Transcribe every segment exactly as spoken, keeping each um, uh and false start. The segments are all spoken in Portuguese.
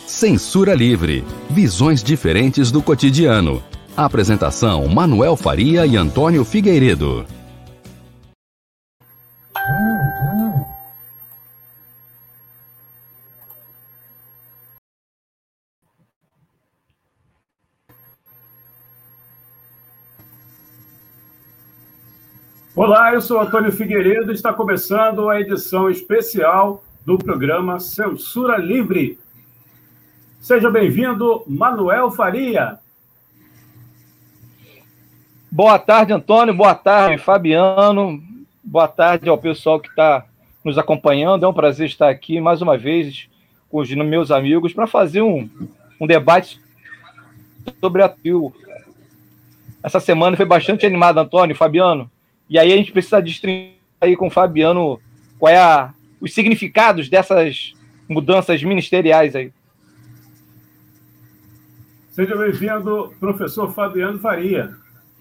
Censura Livre. Visões diferentes do cotidiano. Apresentação: Manuel Faria e Antônio Figueiredo. Olá, eu sou Antônio Figueiredo e está começando a edição especial do programa Censura Livre. Seja bem-vindo, Manuel Faria. Boa tarde, Antônio. Boa tarde, Fabiano. Boa tarde ao pessoal que está nos acompanhando. É um prazer estar aqui mais uma vez com os meus amigos para fazer um, um debate sobre a T I U. Essa semana foi bastante animada, Antônio, Fabiano. E aí a gente precisa destrinchar aí com o Fabiano qual é a, os significados dessas mudanças ministeriais aí. Seja bem-vindo, professor Fabiano Faria.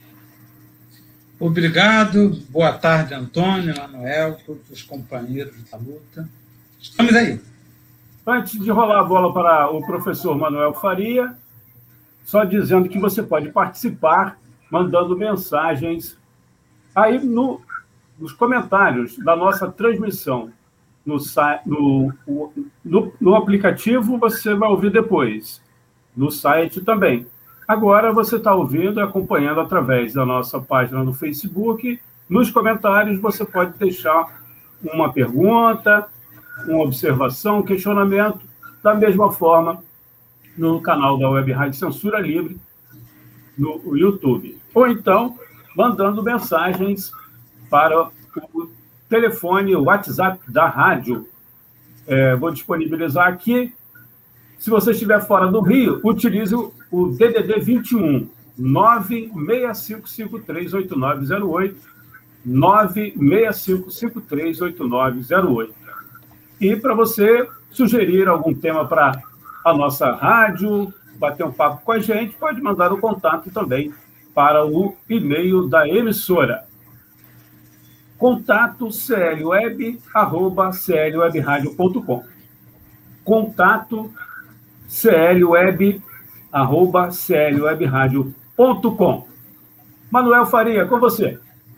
Obrigado. Boa tarde, Antônio, Manuel, todos os companheiros da luta. Estamos aí. Antes de rolar a bola para o professor Manuel Faria, só dizendo que você pode participar mandando mensagens aí no, nos comentários da nossa transmissão. No, no, no, no aplicativo você vai ouvir depois, no site também. Agora você está ouvindo e acompanhando através da nossa página no Facebook. Nos comentários você pode deixar uma pergunta, uma observação, um questionamento, da mesma forma no canal da Web Rádio Censura Livre, no YouTube. Ou então, mandando mensagens para o telefone, o WhatsApp da rádio. É, vou disponibilizar aqui. Se você estiver fora do Rio, utilize o D D D vinte e um, nove seis cinco cinco três oito nove zero oito, nove seis cinco cinco três oito nove zero oito. E para você sugerir algum tema para a nossa rádio, bater um papo com a gente, pode mandar o contato também para o e-mail da emissora. Contato clweb arroba clwebradio ponto com. Contato clweb arroba clwebradio ponto com. Manuel Faria, com você.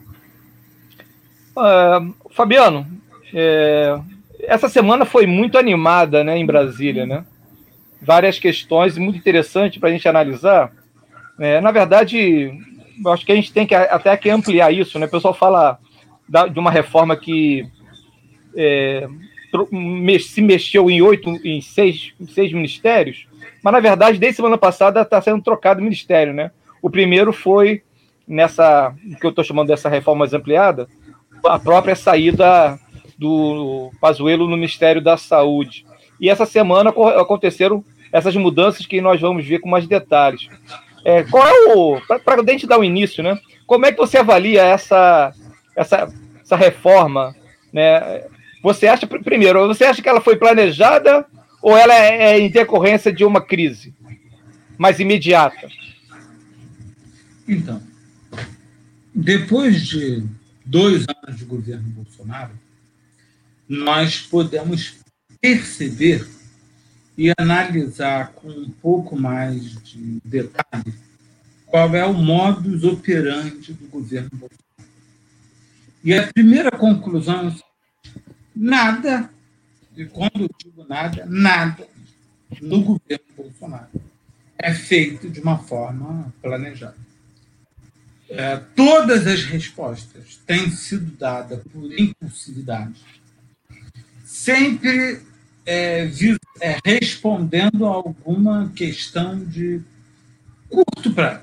Uh, Fabiano, é, essa semana foi muito animada, né, em Brasília, né? Várias questões muito interessantes para a gente analisar. É, na verdade, eu acho que a gente tem que até que ampliar isso, né? O pessoal fala da, de uma reforma que é, se mexeu em oito, em seis, em seis ministérios, mas na verdade, desde semana passada está sendo trocado o ministério, né? O primeiro foi nessa, que eu estou chamando dessa reforma mais ampliada, a própria saída do Pazuello no Ministério da Saúde. E essa semana aconteceram essas mudanças que nós vamos ver com mais detalhes. É, qual é o... Para a gente dar o início, né? Como é que você avalia essa, essa, essa reforma, né? Você acha, primeiro, você acha que ela foi planejada ou ela é em decorrência de uma crise mais imediata? Então, depois de dois anos de governo Bolsonaro, nós podemos perceber e analisar com um pouco mais de detalhe qual é o modus operandi do governo Bolsonaro. E a primeira conclusão é nada, e quando eu digo nada, nada no governo Bolsonaro é feito de uma forma planejada. É, todas as respostas têm sido dadas por impulsividade, sempre é, é, respondendo a alguma questão de curto prazo.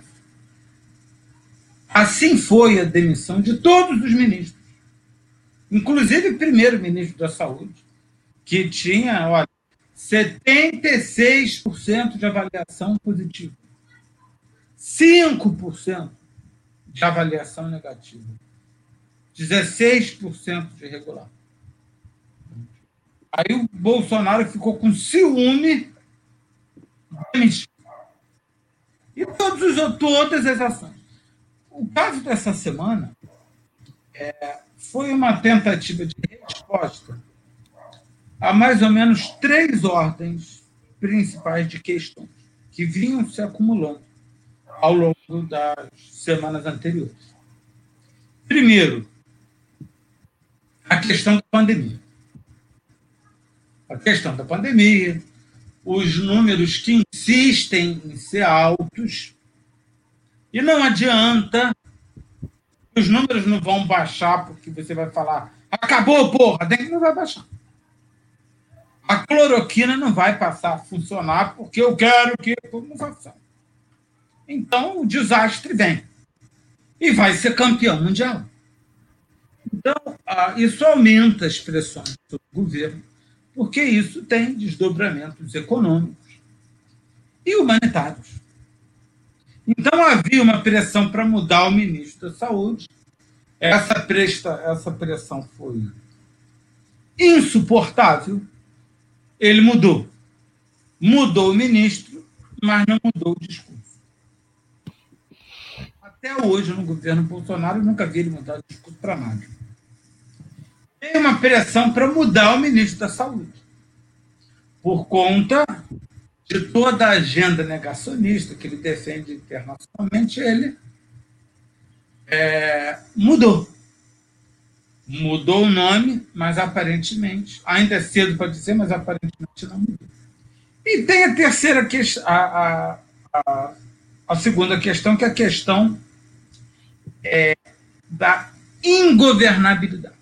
Assim foi a demissão de todos os ministros, inclusive o primeiro-ministro da Saúde, que tinha, olha, setenta e seis por cento de avaliação positiva, cinco por cento de avaliação negativa, dezesseis por cento de regular. Aí o Bolsonaro ficou com ciúme e todos os, todas as ações. O caso dessa semana é, foi uma tentativa de resposta a mais ou menos três ordens principais de questões que vinham se acumulando ao longo das semanas anteriores. Primeiro, a questão da pandemia. A questão da pandemia, os números que insistem em ser altos, e não adianta, os números não vão baixar porque você vai falar, acabou, porra, tem que não vai baixar. A cloroquina não vai passar a funcionar porque eu quero que não vai funcionar. Então, o desastre vem. E vai ser campeão mundial. Então, isso aumenta as pressões sobre o governo, porque isso tem desdobramentos econômicos e humanitários. Então, havia uma pressão para mudar o ministro da Saúde. Essa, presta, essa pressão foi insuportável. Ele mudou. Mudou o ministro, mas não mudou o discurso. Até hoje, no governo Bolsonaro, eu nunca vi ele mudar o discurso para nada. Tem uma pressão para mudar o ministro da Saúde, por conta de toda a agenda negacionista que ele defende internacionalmente, ele é, mudou. Mudou o nome, mas aparentemente, ainda é cedo para dizer, mas aparentemente não mudou. E tem a terceira questão, a, a, a segunda questão, que é a questão é, da ingovernabilidade.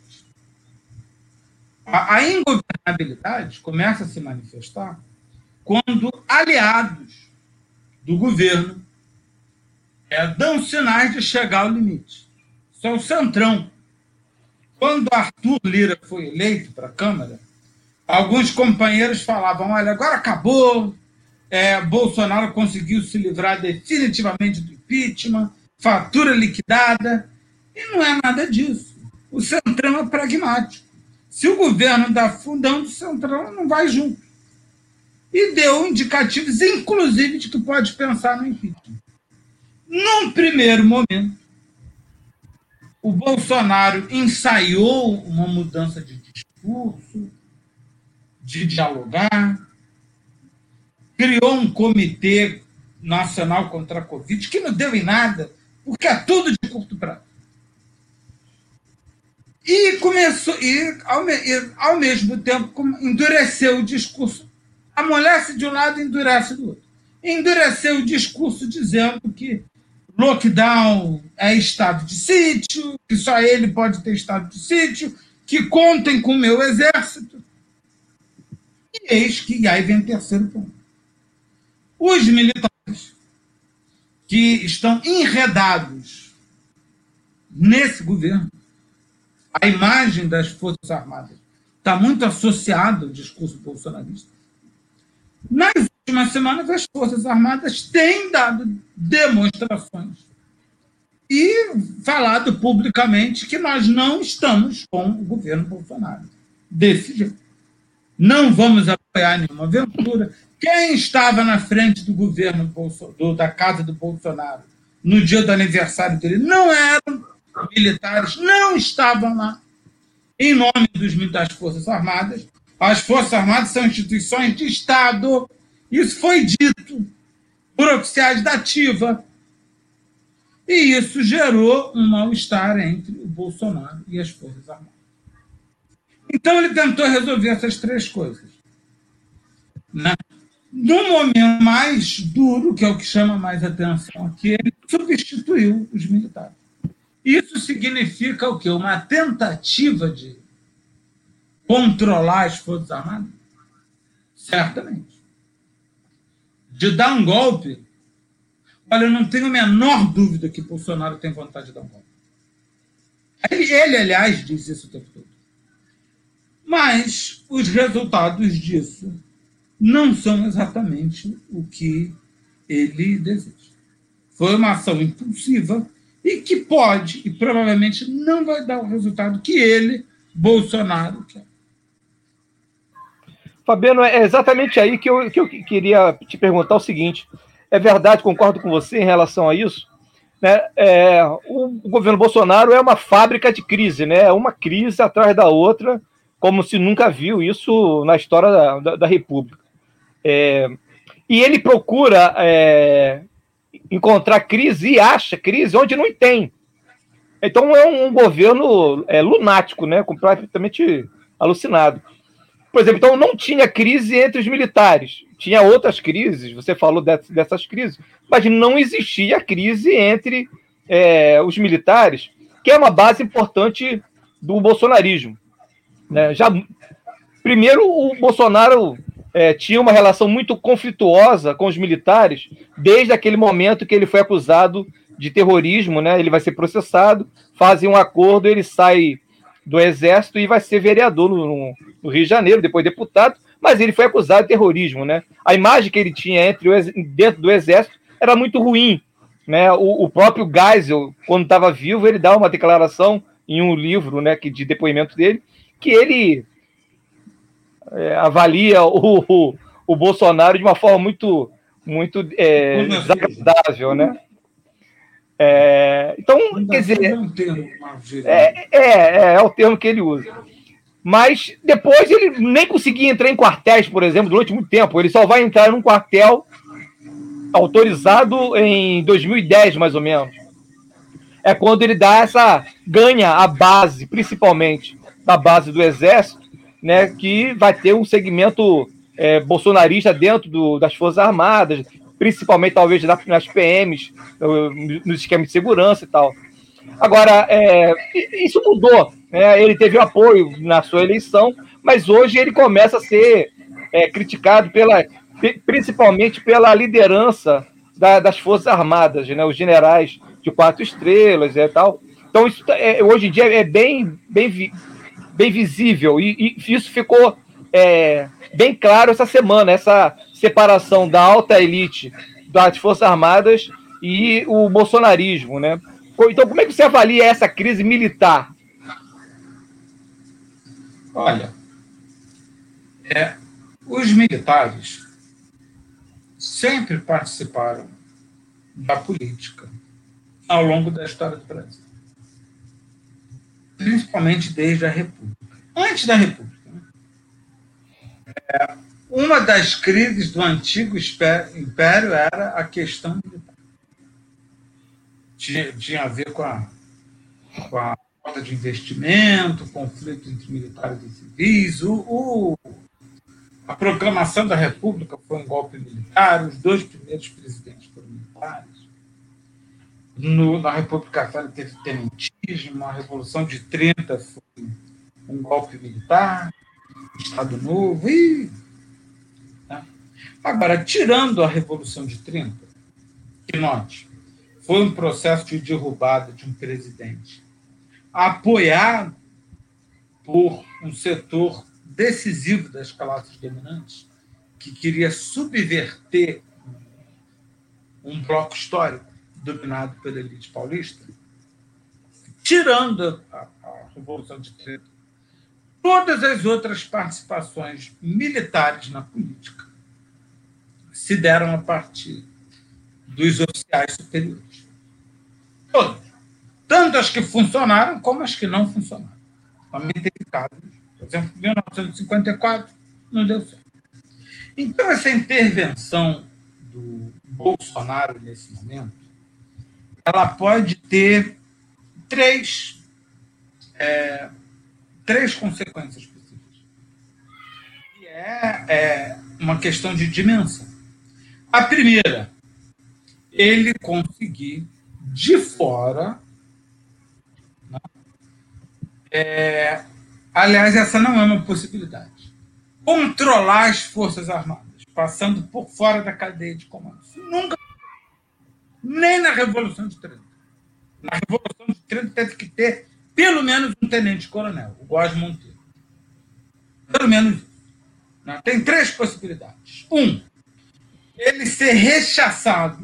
A, a ingovernabilidade começa a se manifestar quando aliados do governo é, dão sinais de chegar ao limite. Isso é o centrão. Quando Arthur Lira foi eleito para a Câmara, alguns companheiros falavam, olha, agora acabou, é, Bolsonaro conseguiu se livrar definitivamente do impeachment, fatura liquidada, e não é nada disso. O centrão é pragmático. Se o governo dá fundão do centrão, não vai junto. E deu indicativos, inclusive, de que pode pensar no impeachment. Num primeiro momento, o Bolsonaro ensaiou uma mudança de discurso, de dialogar, criou um comitê nacional contra a Covid, que não deu em nada, porque é tudo de curto prazo. E começou, e ao, e, ao mesmo tempo, endureceu o discurso. Amolece de um lado e endurece do outro. Endureceu o discurso dizendo que lockdown é estado de sítio, que só ele pode ter estado de sítio, que contem com o meu exército. E eis que, e aí vem o terceiro ponto. Os militares que estão enredados nesse governo, a imagem das Forças Armadas está muito associada ao discurso bolsonarista. Nas últimas semanas, as Forças Armadas têm dado demonstrações e falado publicamente que nós não estamos com o governo Bolsonaro. Desse jeito. Não vamos apoiar nenhuma aventura. Quem estava na frente do governo Bolso, do, da casa do Bolsonaro no dia do aniversário dele não eram militares, não estavam lá. Em nome dos, das Forças Armadas, as Forças Armadas são instituições de Estado. Isso foi dito por oficiais da ativa. E isso gerou um mal-estar entre o Bolsonaro e as Forças Armadas. Então, ele tentou resolver essas três coisas. Né? No momento mais duro, que é o que chama mais atenção aqui, ele substituiu os militares. Isso significa o quê? Uma tentativa de controlar as Forças Armadas? Certamente. De dar um golpe? Olha, eu não tenho a menor dúvida que Bolsonaro tem vontade de dar um golpe. Ele, ele aliás, diz isso o tempo todo. Mas os resultados disso não são exatamente o que ele deseja. Foi uma ação impulsiva e que pode, e provavelmente não vai dar o resultado que ele, Bolsonaro, quer. Fabiano, é exatamente aí que eu, que eu queria te perguntar o seguinte. É verdade, concordo com você em relação a isso. Né? É, o, o governo Bolsonaro é uma fábrica de crise, né? Uma crise atrás da outra, como se nunca viu isso na história da, da, da República. É, e ele procura é, encontrar crise e acha crise onde não tem. Então é um, um governo é, lunático, né? Completamente alucinado. Por exemplo, então não tinha crise entre os militares. Tinha outras crises, você falou dessas crises, mas não existia crise entre é, os militares, que é uma base importante do bolsonarismo. Né? Já, primeiro, o Bolsonaro é, tinha uma relação muito conflituosa com os militares desde aquele momento que ele foi acusado de terrorismo, né? Ele vai ser processado, fazem um acordo, ele sai do Exército e vai ser vereador no, no Rio de Janeiro, depois deputado, mas ele foi acusado de terrorismo, né? A imagem que ele tinha entre o, dentro do Exército era muito ruim, né? O, o próprio Geisel, quando estava vivo, ele dá uma declaração em um livro, né, que, de depoimento dele, que ele é, avalia o, o, o Bolsonaro de uma forma muito, muito é, desagradável, né? É, então, quer dizer, é, é, é, é o termo que ele usa. Mas depois ele nem conseguia entrar em quartéis, por exemplo, durante muito tempo. Ele só vai entrar num quartel autorizado em dois mil e dez, mais ou menos. É quando ele dá essa ganha a base, principalmente da base do Exército, né, que vai ter um segmento é, bolsonarista dentro do, das Forças Armadas, principalmente talvez nas P Ms, nos esquemas de segurança e tal. Agora, é, isso mudou, né? Ele teve apoio na sua eleição, mas hoje ele começa a ser é, criticado pela, principalmente pela liderança da, das Forças Armadas, né? Os generais de quatro estrelas e tal. Então, isso é, hoje em dia é bem, bem, bem visível, e, e isso ficou é, bem claro essa semana, essa separação da alta elite das Forças Armadas e o bolsonarismo, né? Então, como é que você avalia essa crise militar? Olha, é, os militares sempre participaram da política ao longo da história do Brasil, principalmente desde a República. Antes da República, né? É, uma das crises do antigo império era a questão militar. Tinha, tinha a ver com a, com a falta de investimento, conflito entre militares e civis. O, o, a proclamação da República foi um golpe militar, os dois primeiros presidentes foram militares. No, na República Velha teve tenentismo, a Revolução de trinta foi um golpe militar, Estado Novo. E, né? Agora, tirando a Revolução de trinta, que note, foi um processo de derrubada de um presidente apoiado por um setor decisivo das classes dominantes que queria subverter um bloco histórico dominado pela elite paulista, tirando a, a Revolução de trinta, todas as outras participações militares na política se deram a partir dos oficiais superiores. Todos. Tanto as que funcionaram como as que não funcionaram. Também teve casos. Por exemplo, em mil novecentos e cinquenta e quatro não deu certo. Então, essa intervenção do Bolsonaro nesse momento, ela pode ter três, é, três consequências possíveis. E é, é uma questão de dimensão. A primeira, ele conseguir de fora, né? é, aliás, essa não é uma possibilidade, controlar as Forças Armadas, passando por fora da cadeia de comando. Isso nunca, nem na Revolução de trinta. Na Revolução de trinta teve que ter pelo menos um tenente-coronel, o Góes Monteiro. Pelo menos isso. Né? Tem três possibilidades. Um, ele ser rechaçado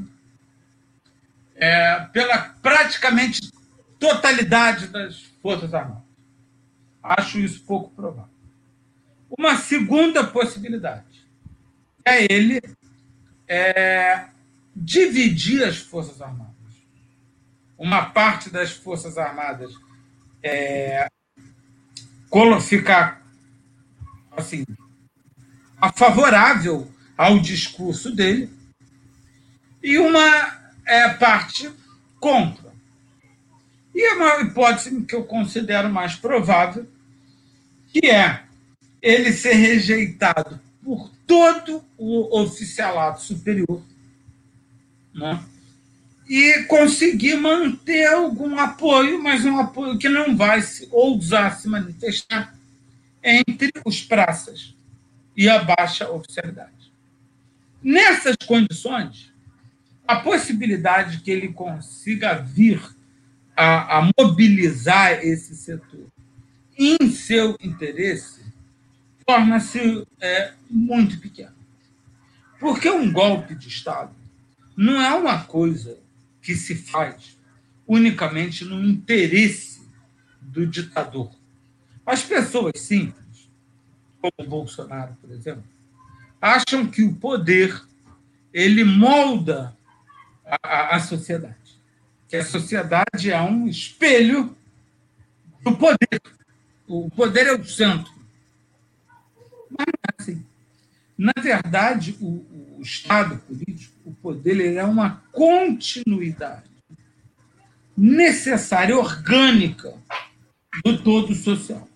É, pela praticamente totalidade das Forças Armadas. Acho isso pouco provável. Uma segunda possibilidade é ele é, dividir as Forças Armadas. Uma parte das Forças Armadas é, ficar assim, favorável ao discurso dele, e uma é, parte contra. E é uma hipótese que eu considero mais provável, que é ele ser rejeitado por todo o oficialato superior, né? E conseguir manter algum apoio, mas um apoio que não vai se ousar se manifestar entre os praças e a baixa oficialidade. Nessas condições, a possibilidade que ele consiga vir a, a mobilizar esse setor em seu interesse torna-se é, muito pequena. Porque um golpe de Estado não é uma coisa que se faz unicamente no interesse do ditador. As pessoas simples, como o Bolsonaro, por exemplo, acham que o poder ele molda a, a, a sociedade, que a sociedade é um espelho do poder. O poder é o centro. Mas não é assim. Na verdade, o, o Estado político, o poder, ele é uma continuidade necessária, orgânica do todo social.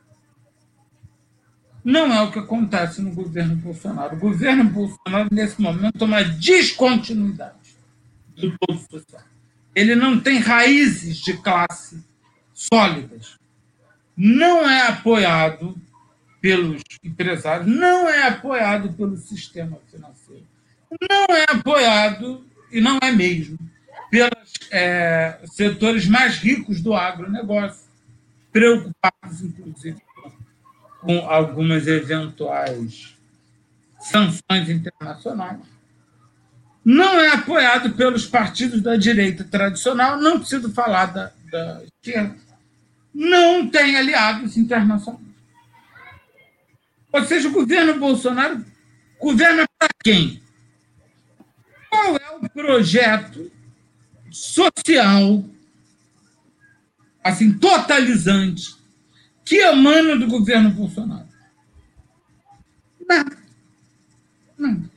Não é o que acontece no governo Bolsonaro. O governo Bolsonaro, nesse momento, é uma descontinuidade do todo social. Ele não tem raízes de classe sólidas. Não é apoiado pelos empresários, não é apoiado pelo sistema financeiro, não é apoiado, e não é mesmo, pelos é, setores mais ricos do agronegócio, preocupados, inclusive, com algumas eventuais sanções internacionais. Não é apoiado pelos partidos da direita tradicional, não preciso falar da, da esquerda, não tem aliados internacionais. Ou seja, o governo Bolsonaro governa para quem? Qual é o projeto social, assim, totalizante, que emana do governo Bolsonaro? Nada. Nada.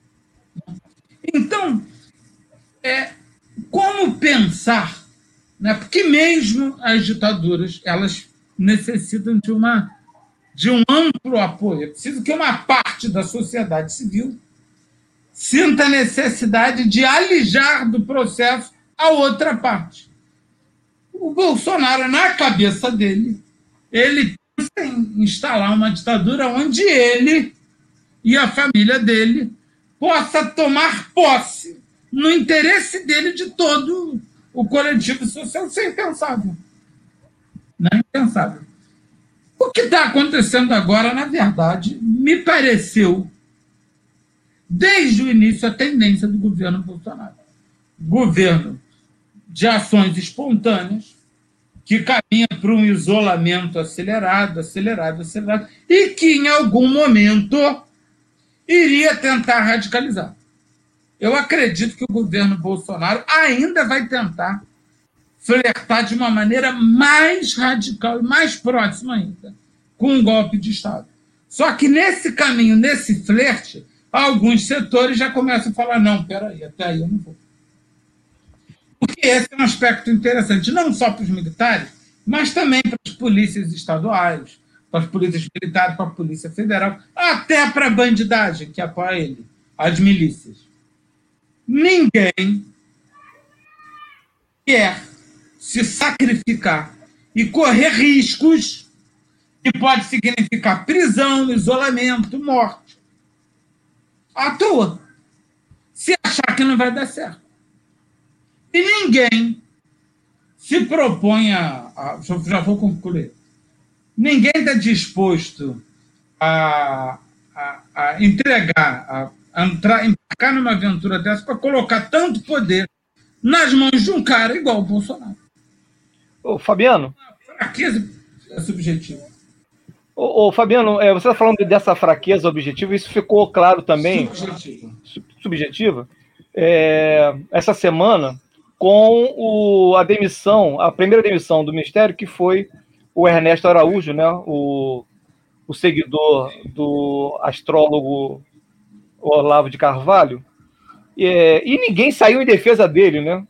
Então, é, como pensar, né? Porque mesmo as ditaduras, elas necessitam de uma de um amplo apoio. É preciso que uma parte da sociedade civil sinta a necessidade de alijar do processo a outra parte. O Bolsonaro, na cabeça dele, ele pensa em instalar uma ditadura onde ele e a família dele possa tomar posse no interesse dele de todo o coletivo social. Isso é impensável. Não é impensável. O que está acontecendo agora, na verdade, me pareceu, desde o início, a tendência do governo Bolsonaro. Governo de ações espontâneas, que caminha para um isolamento acelerado, acelerado, acelerado, e que, em algum momento, iria tentar radicalizar. Eu acredito que o governo Bolsonaro ainda vai tentar flertar de uma maneira mais radical e mais próxima ainda com um golpe de Estado. Só que nesse caminho, nesse flerte, alguns setores já começam a falar, não, peraí, até aí eu não vou. Porque esse é um aspecto interessante, não só para os militares, mas também para as polícias estaduais, para as polícias militares, para a Polícia Federal, até para a bandidagem que apoia ele, as milícias. Ninguém quer se sacrificar e correr riscos que pode significar prisão, isolamento, morte. À toa. Se achar que não vai dar certo. E ninguém se propõe a... a já vou concluir. Ninguém está disposto a, a, a entregar, a entrar, embarcar numa aventura dessa para colocar tanto poder nas mãos de um cara igual o Bolsonaro. Ô, Fabiano. Uma fraqueza subjetiva. Ô, ô Fabiano, é, você está falando dessa fraqueza objetiva, isso ficou claro também. Subjetiva. Subjetiva. É, essa semana, com o, a demissão, a primeira demissão do Ministério, que foi o Ernesto Araújo, né, o, o seguidor do astrólogo Olavo de Carvalho, é, e ninguém saiu em defesa dele, né?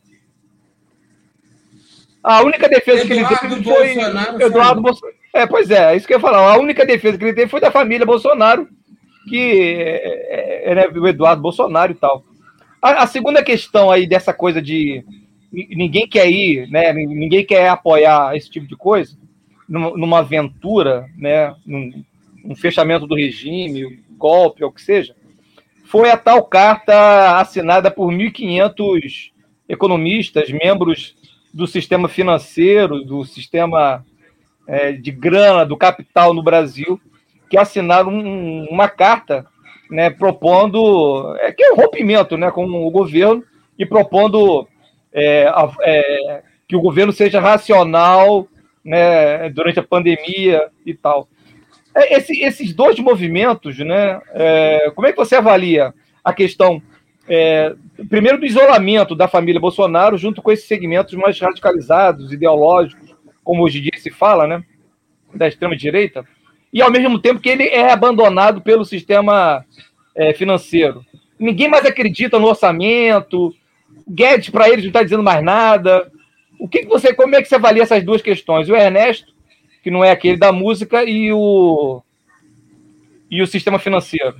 A única defesa Eduardo que ele teve foi Bolsonaro Eduardo Bolsonaro. É, pois é, é isso que eu ia falar. A única defesa que ele teve foi da família Bolsonaro, que é, é, é o Eduardo Bolsonaro e tal. A, a segunda questão aí dessa coisa de ninguém quer ir, né? Ninguém quer apoiar esse tipo de coisa, numa, numa aventura, né? Num, um fechamento do regime, golpe, ou o que seja, foi a tal carta assinada por mil e quinhentos economistas, membros do sistema financeiro, do sistema é, de grana, do capital no Brasil, que assinaram um, uma carta, né, propondo, é, que é um rompimento, né, com o governo, e propondo é, é, que o governo seja racional, né, durante a pandemia e tal. Esse, esses dois movimentos, né, é, como é que você avalia a questão, é, primeiro, do isolamento da família Bolsonaro junto com esses segmentos mais radicalizados, ideológicos, como hoje em dia se fala, né, da extrema-direita, e ao mesmo tempo que ele é abandonado pelo sistema é, financeiro. Ninguém mais acredita no orçamento, Guedes, para eles, não está dizendo mais nada. O que, que você, como é que você avalia essas duas questões? O Ernesto, que não é aquele da música, e o, e o sistema financeiro.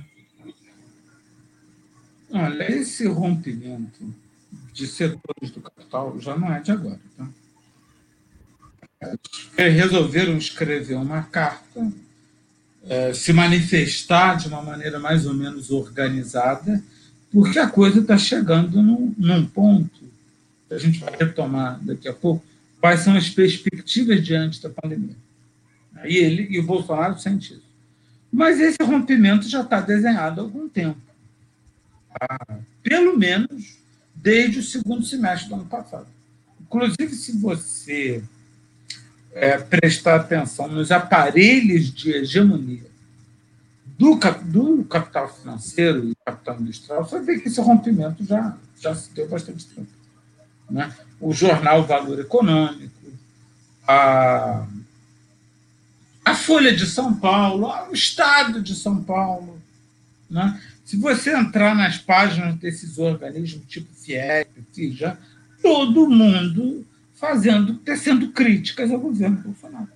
Olha, esse rompimento de setores do capital já não é de agora. Tá? Resolveram escrever uma carta, é, se manifestar de uma maneira mais ou menos organizada, porque a coisa está chegando num, num ponto, que a gente vai retomar daqui a pouco, quais são as perspectivas diante da pandemia. E ele e o Bolsonaro sentem isso. Mas esse rompimento já está desenhado há algum tempo. Ah, pelo menos desde o segundo semestre do ano passado. Inclusive, se você é, prestar atenção nos aparelhos de hegemonia do, do capital financeiro e capital industrial, você vai ver que esse rompimento já, já se deu bastante tempo. Né? O jornal Valor Econômico, a, a Folha de São Paulo, o Estado de São Paulo, né? Se você entrar nas páginas desses organismos, tipo FIEP, FIJA, todo mundo fazendo, tecendo críticas ao governo Bolsonaro.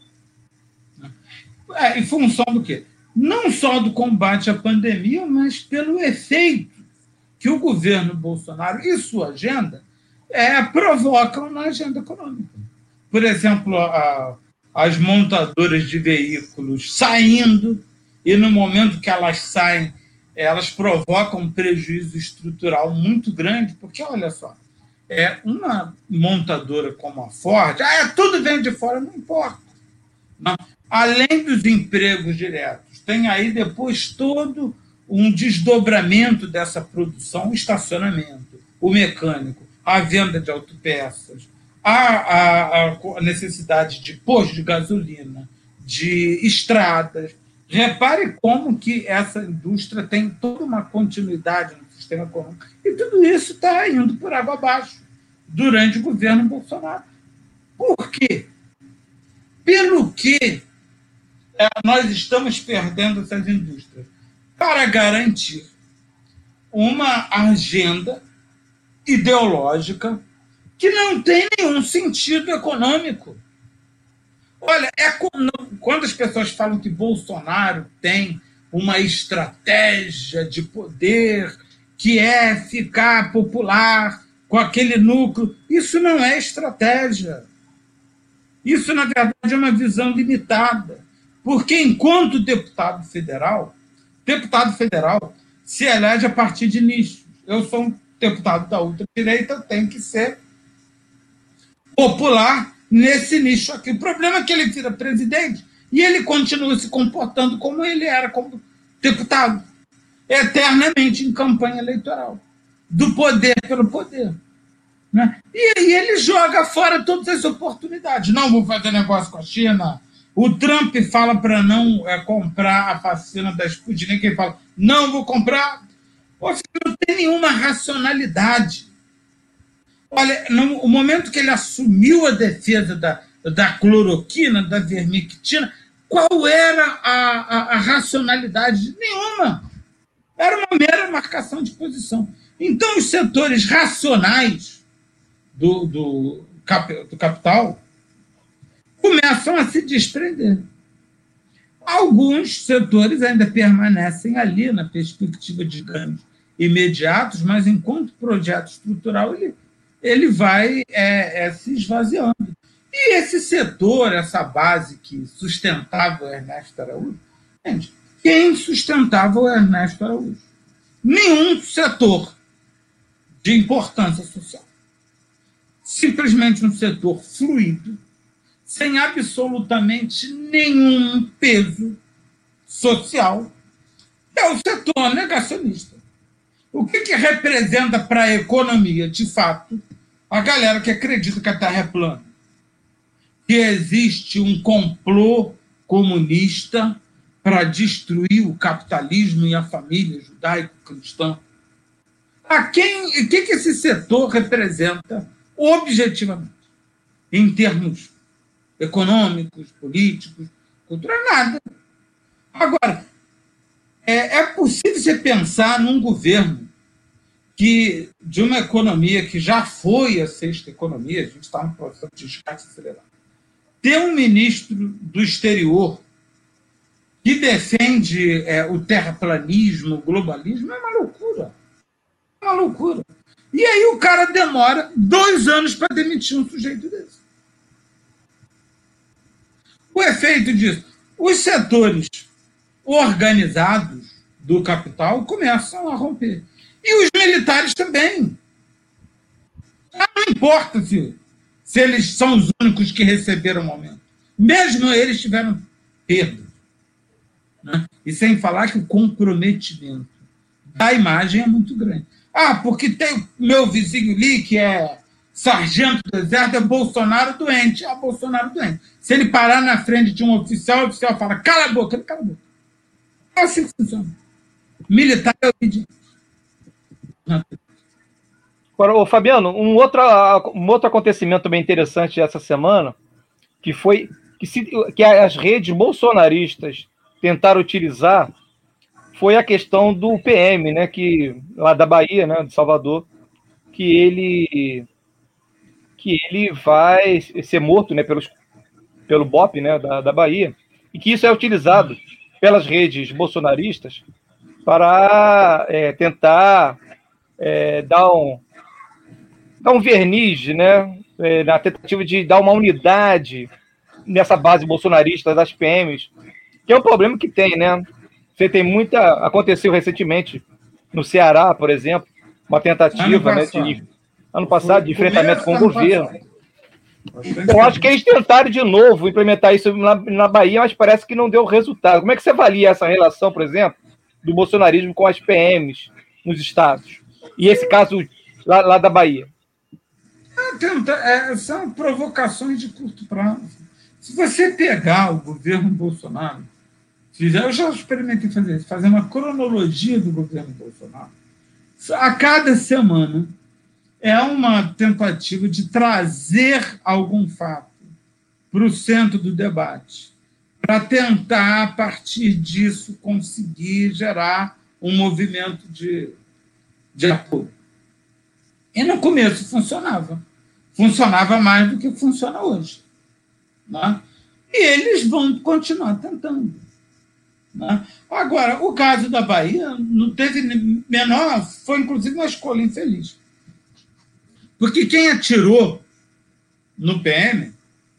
É, em função do quê? Não só do combate à pandemia, mas pelo efeito que o governo Bolsonaro e sua agenda é, provocam na agenda econômica. Por exemplo, a, as montadoras de veículos saindo, e no momento que elas saem, elas provocam um prejuízo estrutural muito grande, porque, olha só, é uma montadora como a Ford, ah, tudo vem de fora, não importa. Não. Além dos empregos diretos, tem aí depois todo um desdobramento dessa produção, o estacionamento, o mecânico, a venda de autopeças, a, a, a necessidade de posto de gasolina, de estradas. Repare como que essa indústria tem toda uma continuidade no sistema econômico. E tudo isso está indo por água abaixo durante o governo Bolsonaro. Por quê? Pelo que nós estamos perdendo essas indústrias? Para garantir uma agenda ideológica que não tem nenhum sentido econômico. Olha, é como, quando as pessoas falam que Bolsonaro tem uma estratégia de poder que é ficar popular com aquele núcleo, isso não é estratégia. Isso, na verdade, é uma visão limitada. Porque, enquanto deputado federal, deputado federal se elege a partir de nichos. Eu sou um deputado da ultradireita, tem que ser popular nesse nicho aqui. O problema é que ele vira presidente e ele continua se comportando como ele era como deputado, eternamente em campanha eleitoral, do poder pelo poder. Né? E aí ele joga fora todas as oportunidades. Não vou fazer negócio com a China. O Trump fala para não é, comprar a vacina da Sputnik, ele fala, não vou comprar. Ou seja, não tem nenhuma racionalidade. Olha, no momento que ele assumiu a defesa da, da cloroquina, da vermectina, qual era a, a, a racionalidade? Nenhuma. Era uma mera marcação de posição. Então, os setores racionais do, do, do capital começam a se desprender. Alguns setores ainda permanecem ali na perspectiva de ganhos imediatos, mas enquanto projeto estrutural ele, ele vai é, é, se esvaziando. E esse setor, essa base que sustentava o Ernesto Araújo, gente, quem sustentava o Ernesto Araújo? Nenhum setor de importância social. Simplesmente um setor fluido, sem absolutamente nenhum peso social, é o setor negacionista. O que, que representa para a economia, de fato, a galera que acredita que a Terra é plana? Que existe um complô comunista para destruir o capitalismo e a família judaico-cristã? A quem, o que, que esse setor representa objetivamente, em termos econômicos, políticos, culturais, nada. Agora, é, é possível você pensar num governo que, de uma economia que já foi a sexta economia, a gente está no processo de escasse acelerado, ter um ministro do exterior que defende é, o terraplanismo, o globalismo, é uma loucura. É uma loucura. E aí o cara demora dois anos para demitir um sujeito desse. O efeito disso, os setores organizados do capital começam a romper. E os militares também. Não importa se, se eles são os únicos que receberam o aumento. Mesmo eles tiveram perda. Né? E sem falar que o comprometimento da imagem é muito grande. Ah, porque tem o meu vizinho ali, que é sargento do exército, é Bolsonaro doente. Ah, Bolsonaro doente. Se ele parar na frente de um oficial, o oficial fala, cala a boca, ele cala a boca. É assim que funciona. Militar é obediente. Agora, ô, Fabiano, um outro, um outro acontecimento bem interessante essa semana, que foi que, se, que as redes bolsonaristas tentaram utilizar, foi a questão do P M, né, que, lá da Bahia, né, de Salvador, que ele, que ele vai ser morto, né, pelos, pelo B O P, né, da, da Bahia, e que isso é utilizado pelas redes bolsonaristas para é, tentar é, dar, um, dar um verniz, né, é, na tentativa de dar uma unidade nessa base bolsonarista das P Ms, que é um problema que tem, né? Você tem muita... Aconteceu recentemente no Ceará, por exemplo, uma tentativa, ano né, de, ano passado, de enfrentamento com o governo. Eu acho que eles tentaram de novo implementar isso na, na Bahia, mas parece que não deu resultado. Como é que você avalia essa relação, por exemplo, do bolsonarismo com as P Ms nos estados? E esse caso lá, lá da Bahia? Tenta, é, são provocações de curto prazo. Se você pegar o governo Bolsonaro, eu já experimentei fazer isso, fazer uma cronologia do governo Bolsonaro. A cada semana é uma tentativa de trazer algum fato para o centro do debate, para tentar, a partir disso, conseguir gerar um movimento de, de apoio. E no começo funcionava. Funcionava mais do que funciona hoje. Né? E eles vão continuar tentando. Né? Agora, o caso da Bahia não teve menor, foi inclusive uma escolha infeliz. Porque quem atirou no P M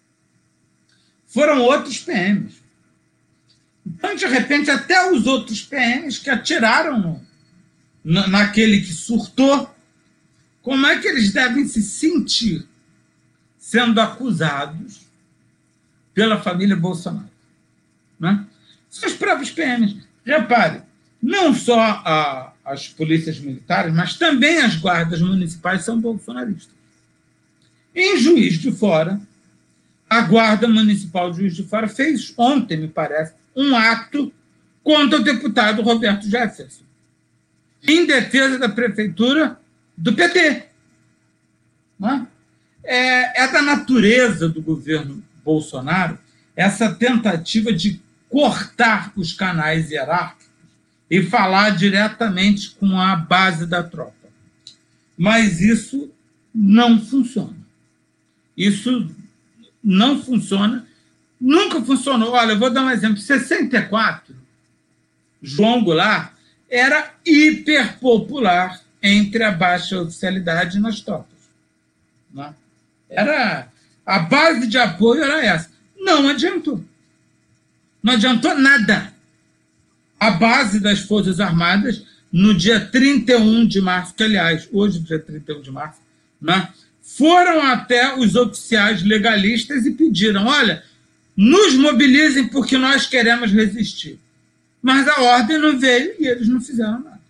foram outros P Ms. Então, de repente, até os outros P Ms que atiraram no, no, naquele que surtou, como é que eles devem se sentir sendo acusados pela família Bolsonaro? Né? São os próprios P Ms. Repare, não só a, as polícias militares, mas também as guardas municipais são bolsonaristas. Em Juiz de Fora, a Guarda Municipal de Juiz de Fora fez ontem, me parece, um ato contra o deputado Roberto Jefferson, em defesa da prefeitura do P T. Né? É, é da natureza do governo Bolsonaro essa tentativa de cortar os canais hierárquicos e falar diretamente com a base da tropa. Mas isso não funciona. Isso não funciona, nunca funcionou. Olha, eu vou dar um exemplo. Em sessenta e quatro, João Goulart era hiperpopular entre a baixa oficialidade nas tropas. Né? Era, a base de apoio era essa. Não adiantou. Não adiantou nada. A base das Forças Armadas, no dia trinta e um de março, que, aliás, hoje, dia trinta e um de março, né, foram até os oficiais legalistas e pediram, olha, nos mobilizem porque nós queremos resistir. Mas a ordem não veio e eles não fizeram nada.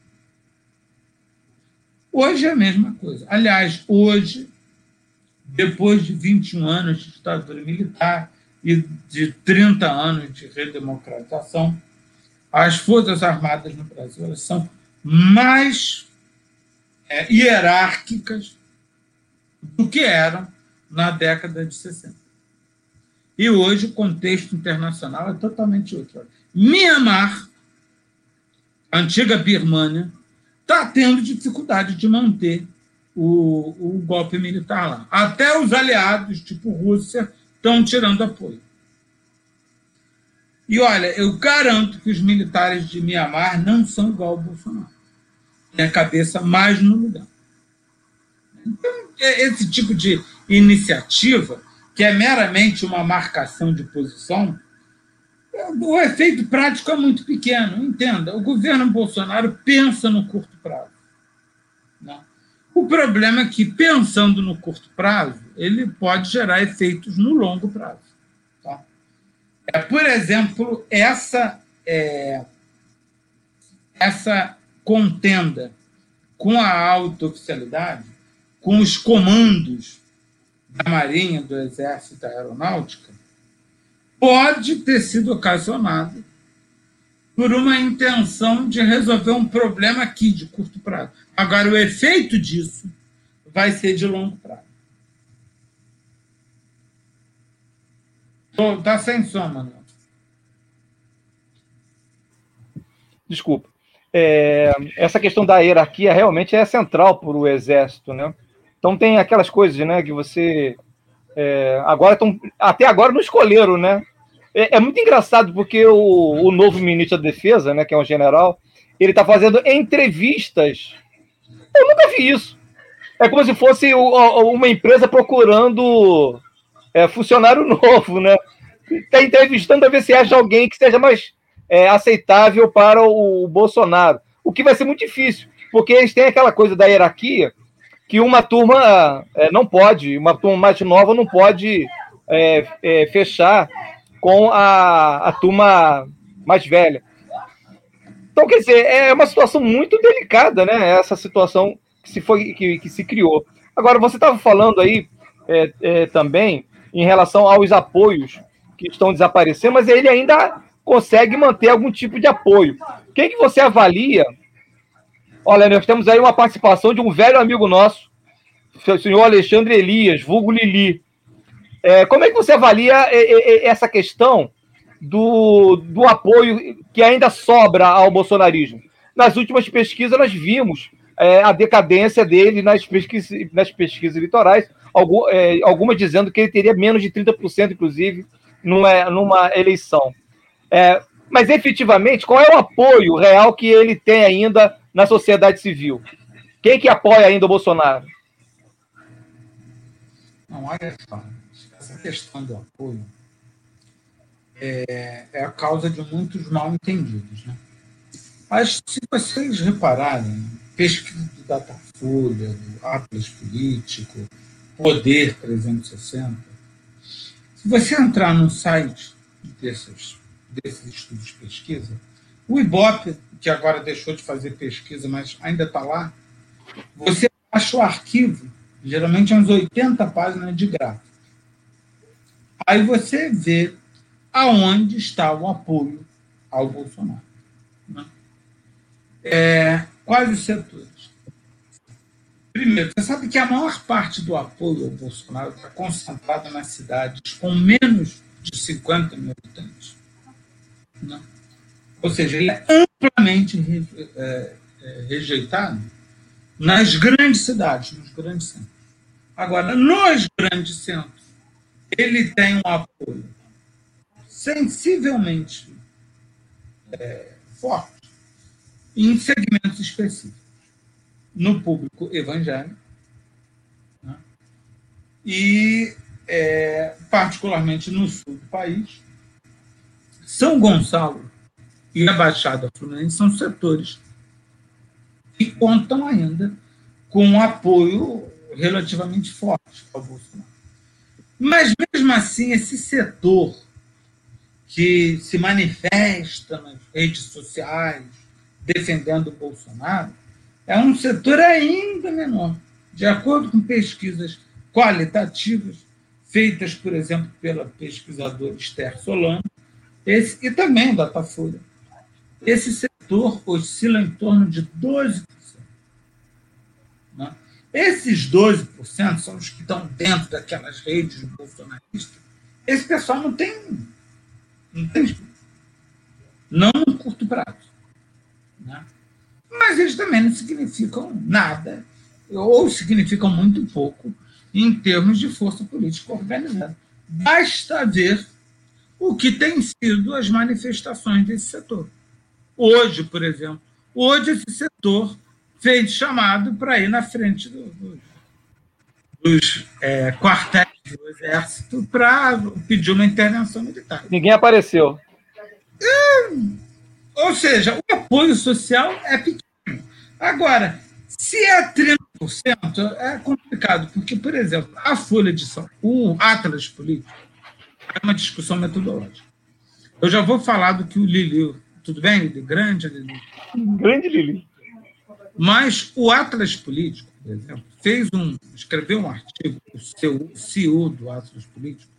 Hoje é a mesma coisa. Aliás, hoje, depois de vinte e um anos de ditadura militar e de trinta anos de redemocratização, as Forças Armadas no Brasil elas são mais é, hierárquicas do que eram na década de sessenta. E hoje o contexto internacional é totalmente outro. Myanmar, a antiga Birmânia, está tendo dificuldade de manter o, o golpe militar lá. Até os aliados, tipo Rússia, estão tirando apoio. E, olha, eu garanto que os militares de Myanmar não são igual ao Bolsonaro. Tem a cabeça mais no lugar. Então, esse tipo de iniciativa, que é meramente uma marcação de posição, o efeito prático é muito pequeno. Entenda, o governo Bolsonaro pensa no curto prazo. Né? O problema é que, pensando no curto prazo, ele pode gerar efeitos no longo prazo. Tá? É, por exemplo, essa, é, essa contenda com a alta oficialidade, com os comandos da Marinha, do Exército e da Aeronáutica, pode ter sido ocasionado por uma intenção de resolver um problema aqui de curto prazo. Agora, o efeito disso vai ser de longo prazo. Está sem som, Manuel. Desculpa. É, essa questão da hierarquia realmente é central para o Exército, né? Então tem aquelas coisas, né, que você... É, agora tão, até agora não escolheram, né? É, é muito engraçado porque o, o novo ministro da Defesa, né, que é um general, ele está fazendo entrevistas. Eu nunca vi isso. É como se fosse o, uma empresa procurando é, funcionário novo, né? Está entrevistando a ver se acha alguém que seja mais é, aceitável para o, o Bolsonaro. O que vai ser muito difícil, porque eles têm aquela coisa da hierarquia que uma turma é, não pode, uma turma mais nova não pode é, é, fechar com a, a turma mais velha. Então, quer dizer, é uma situação muito delicada, né? Essa situação que se, foi, que, que se criou. Agora, você estava falando aí é, é, também em relação aos apoios que estão desaparecendo, mas ele ainda consegue manter algum tipo de apoio. O que, que você avalia? Olha, nós temos aí uma participação de um velho amigo nosso, o senhor Alexandre Elias, vulgo Lili. É, como é que você avalia essa questão do, do apoio que ainda sobra ao bolsonarismo? Nas últimas pesquisas, nós vimos é, a decadência dele nas pesquisas, nas pesquisas eleitorais, algum, é, algumas dizendo que ele teria menos de trinta por cento, inclusive, numa, numa eleição. É, mas, efetivamente, qual é o apoio real que ele tem ainda na sociedade civil? Quem que apoia ainda o Bolsonaro? Não, olha só. Essa questão do apoio é, é a causa de muitos mal-entendidos. Né? Mas, se vocês repararem, pesquisa do Datafolha, do Atlas Político, Poder trezentos e sessenta, se você entrar num site desses, desses estudos de pesquisa, o Ibope, que agora deixou de fazer pesquisa, mas ainda está lá, você acha o arquivo, geralmente umas oitenta páginas de gráfico. Aí você vê aonde está o apoio ao Bolsonaro. Né? É, quais os setores? Primeiro, você sabe que a maior parte do apoio ao Bolsonaro está concentrada nas cidades com menos de cinquenta mil habitantes. Né? Ou seja, ele é amplamente é, é, rejeitado nas grandes cidades, nos grandes centros. Agora, nos grandes centros, ele tem um apoio sensivelmente é, forte em segmentos específicos, no público evangélico, né? E, é, particularmente no sul do país, São Gonçalo e a Baixada Fluminense são setores que contam ainda com um apoio relativamente forte ao Bolsonaro. Mas, mesmo assim, esse setor que se manifesta nas redes sociais defendendo o Bolsonaro é um setor ainda menor. De acordo com pesquisas qualitativas feitas, por exemplo, pela pesquisadora Esther Solano, esse, e também da Datafolha, esse setor oscila em torno de doze por cento. Né? Esses doze por cento são os que estão dentro daquelas redes bolsonaristas. Esse pessoal não tem, não tem não no curto prazo. Né? Mas eles também não significam nada, ou significam muito pouco, em termos de força política organizada. Basta ver o que têm sido as manifestações desse setor. Hoje, por exemplo, hoje esse setor fez chamado para ir na frente do, do, dos é, quartéis do Exército para pedir uma intervenção militar. Ninguém apareceu. É, ou seja, o apoio social é pequeno. Agora, se é trinta por cento, é complicado, porque, por exemplo, a Folha de São Paulo, o Atlas Político, é uma discussão metodológica. Eu já vou falar do que o Lili... Tudo bem, Lili? Grande Lili. Grande Lili. Mas o Atlas Político, por exemplo, fez um, escreveu um artigo, o seu C E O do Atlas Político,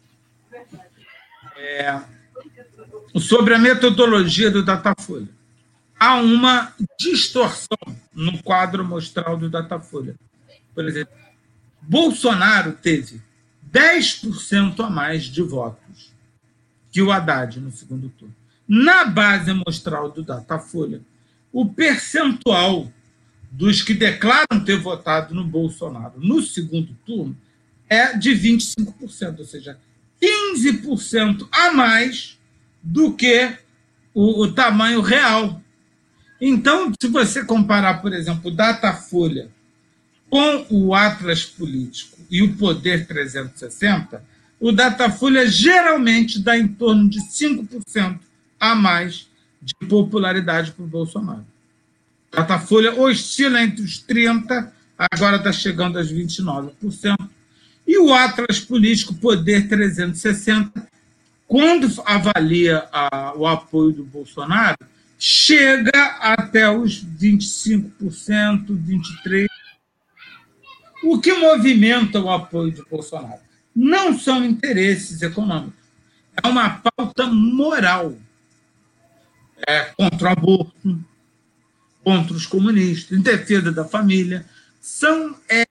é, sobre a metodologia do Datafolha. Há uma distorção no quadro amostral do Datafolha. Por exemplo, Bolsonaro teve dez por cento a mais de votos que o Haddad no segundo turno. Na base amostral do Datafolha, o percentual dos que declaram ter votado no Bolsonaro no segundo turno é de vinte e cinco por cento, ou seja, quinze por cento a mais do que o, o tamanho real. Então, se você comparar, por exemplo, o Datafolha com o Atlas Político e o Poder trezentos e sessenta, o Datafolha geralmente dá em torno de cinco por cento a mais de popularidade para o Bolsonaro. O Datafolha oscila entre os trinta por cento, agora está chegando aos vinte e nove por cento, e o Atlas Político Poder trezentos e sessenta, quando avalia a, o apoio do Bolsonaro, chega até os vinte e cinco por cento, vinte e três por cento. O que movimenta o apoio de Bolsonaro? Não são interesses econômicos, é uma pauta moral. É, contra o aborto, contra os comunistas, em defesa da família. São é,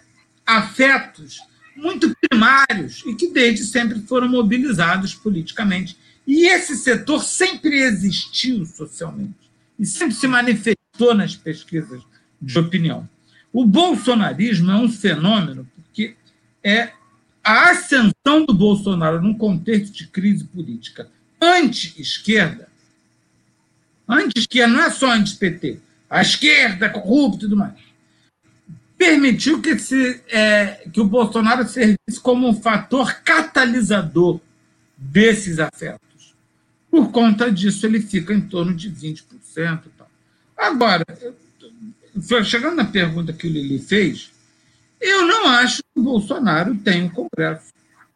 afetos muito primários e que desde sempre foram mobilizados politicamente. E esse setor sempre existiu socialmente e sempre se manifestou nas pesquisas de opinião. O bolsonarismo é um fenômeno porque é a ascensão do Bolsonaro num contexto de crise política anti-esquerda. Anti-esquerda não é só anti-P T, a esquerda corrupta e tudo mais, permitiu que, se, é, que o Bolsonaro servisse como um fator catalisador desses afetos. Por conta disso, ele fica em torno de vinte por cento. E tal. Agora, chegando na pergunta que o Lili fez, eu não acho que o Bolsonaro tem um Congresso.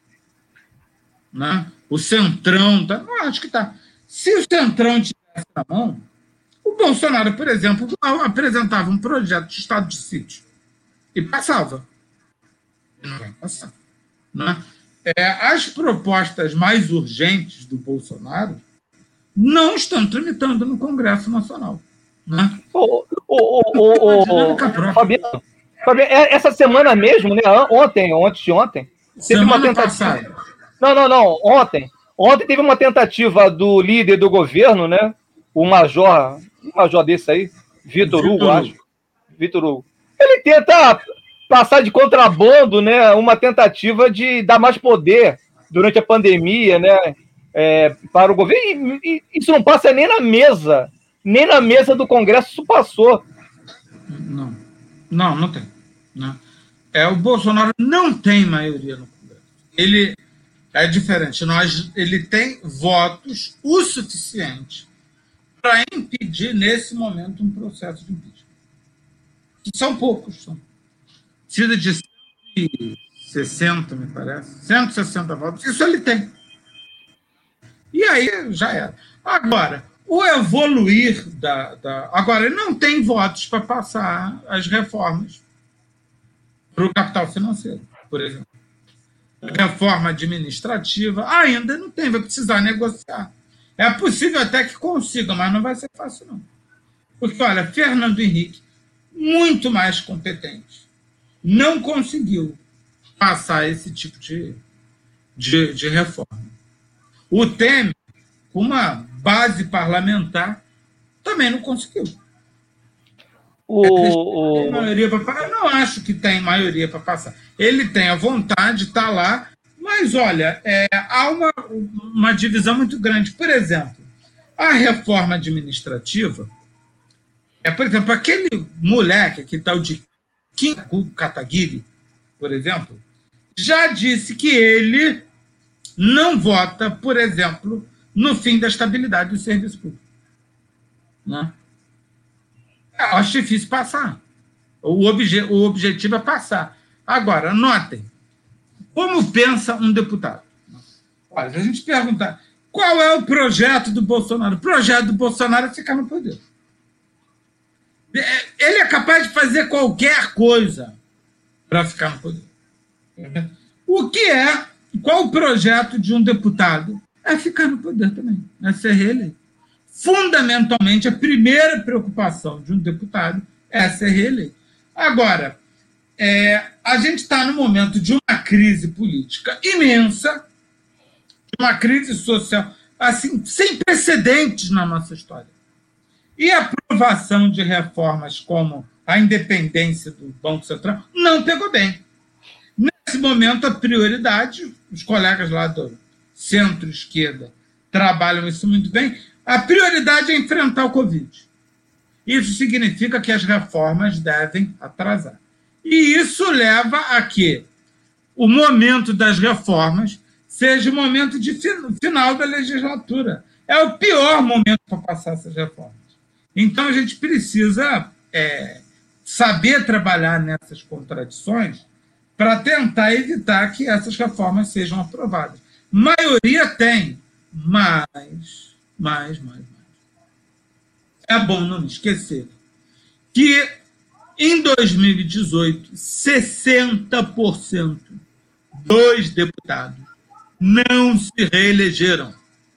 Né? O Centrão, tá, não acho que está. Se o Centrão tivesse na mão, o Bolsonaro, por exemplo, apresentava um projeto de estado de sítio e passava. Não vai passar. Né? É, as propostas mais urgentes do Bolsonaro não estão tramitando no Congresso Nacional. Né? Ô, ô, ô, ô, Fabiano, Fabiano, essa semana mesmo, né? Ontem, ontem de ontem, teve uma tentativa. Passada. Não, não, não. Ontem. Ontem teve uma tentativa do líder do governo, né? O major um major desse aí, Vitor Hugo, acho. Vitor Hugo. Ele tenta passar de contrabando, né, uma tentativa de dar mais poder durante a pandemia, né, é, para o governo. E, e isso não passa nem na mesa, nem na mesa do Congresso isso passou. Não, não, não tem. Não. É, o Bolsonaro não tem maioria no Congresso. Ele é diferente. Nós, ele tem votos o suficiente para impedir, nesse momento, um processo de impeachment. São poucos. São. Precisa de cento e sessenta, me parece. cento e sessenta votos. Isso ele tem. E aí já era. Agora, o evoluir da... da... Agora, ele não tem votos para passar as reformas para o capital financeiro, por exemplo. Reforma administrativa ainda não tem, vai precisar negociar. É possível até que consiga, mas não vai ser fácil, não. Porque, olha, Fernando Henrique, muito mais competente, não conseguiu passar esse tipo de, de, de reforma. O Temer, com uma base parlamentar, também não conseguiu. O... Tem maioria para passar? Eu não acho que tem maioria para passar. Ele tem a vontade, está lá, mas, olha, é, há uma, uma divisão muito grande. Por exemplo, a reforma administrativa, é, por exemplo, aquele moleque que está o de Kim Kataguiri, por exemplo, já disse que ele não vota, por exemplo, no fim da estabilidade do serviço público. Né? Eu acho difícil passar. O, obje, o objetivo é passar. Agora, notem, como pensa um deputado? Olha, se a gente perguntar qual é o projeto do Bolsonaro, o projeto do Bolsonaro é ficar no poder. Ele é capaz de fazer qualquer coisa para ficar no poder. O que é, qual o projeto de um deputado? É ficar no poder também, é ser reeleito. Fundamentalmente, a primeira preocupação de um deputado é ser reeleito. Agora, é, a gente está no momento de uma crise política imensa, de uma crise social assim, sem precedentes na nossa história. E a aprovação de reformas como a independência do Banco Central não pegou bem. Nesse momento, a prioridade, os colegas lá do centro-esquerda trabalham isso muito bem, a prioridade é enfrentar o Covid. Isso significa que as reformas devem atrasar. E isso leva a que o momento das reformas seja o momento de final da legislatura. É o pior momento para passar essas reformas. Então, a gente precisa é, saber trabalhar nessas contradições para tentar evitar que essas reformas sejam aprovadas. Maioria tem, mas... Mais, mais, mais. É bom não esquecer que, em dois mil e dezoito, sessenta por cento dos deputados não se reelegeram.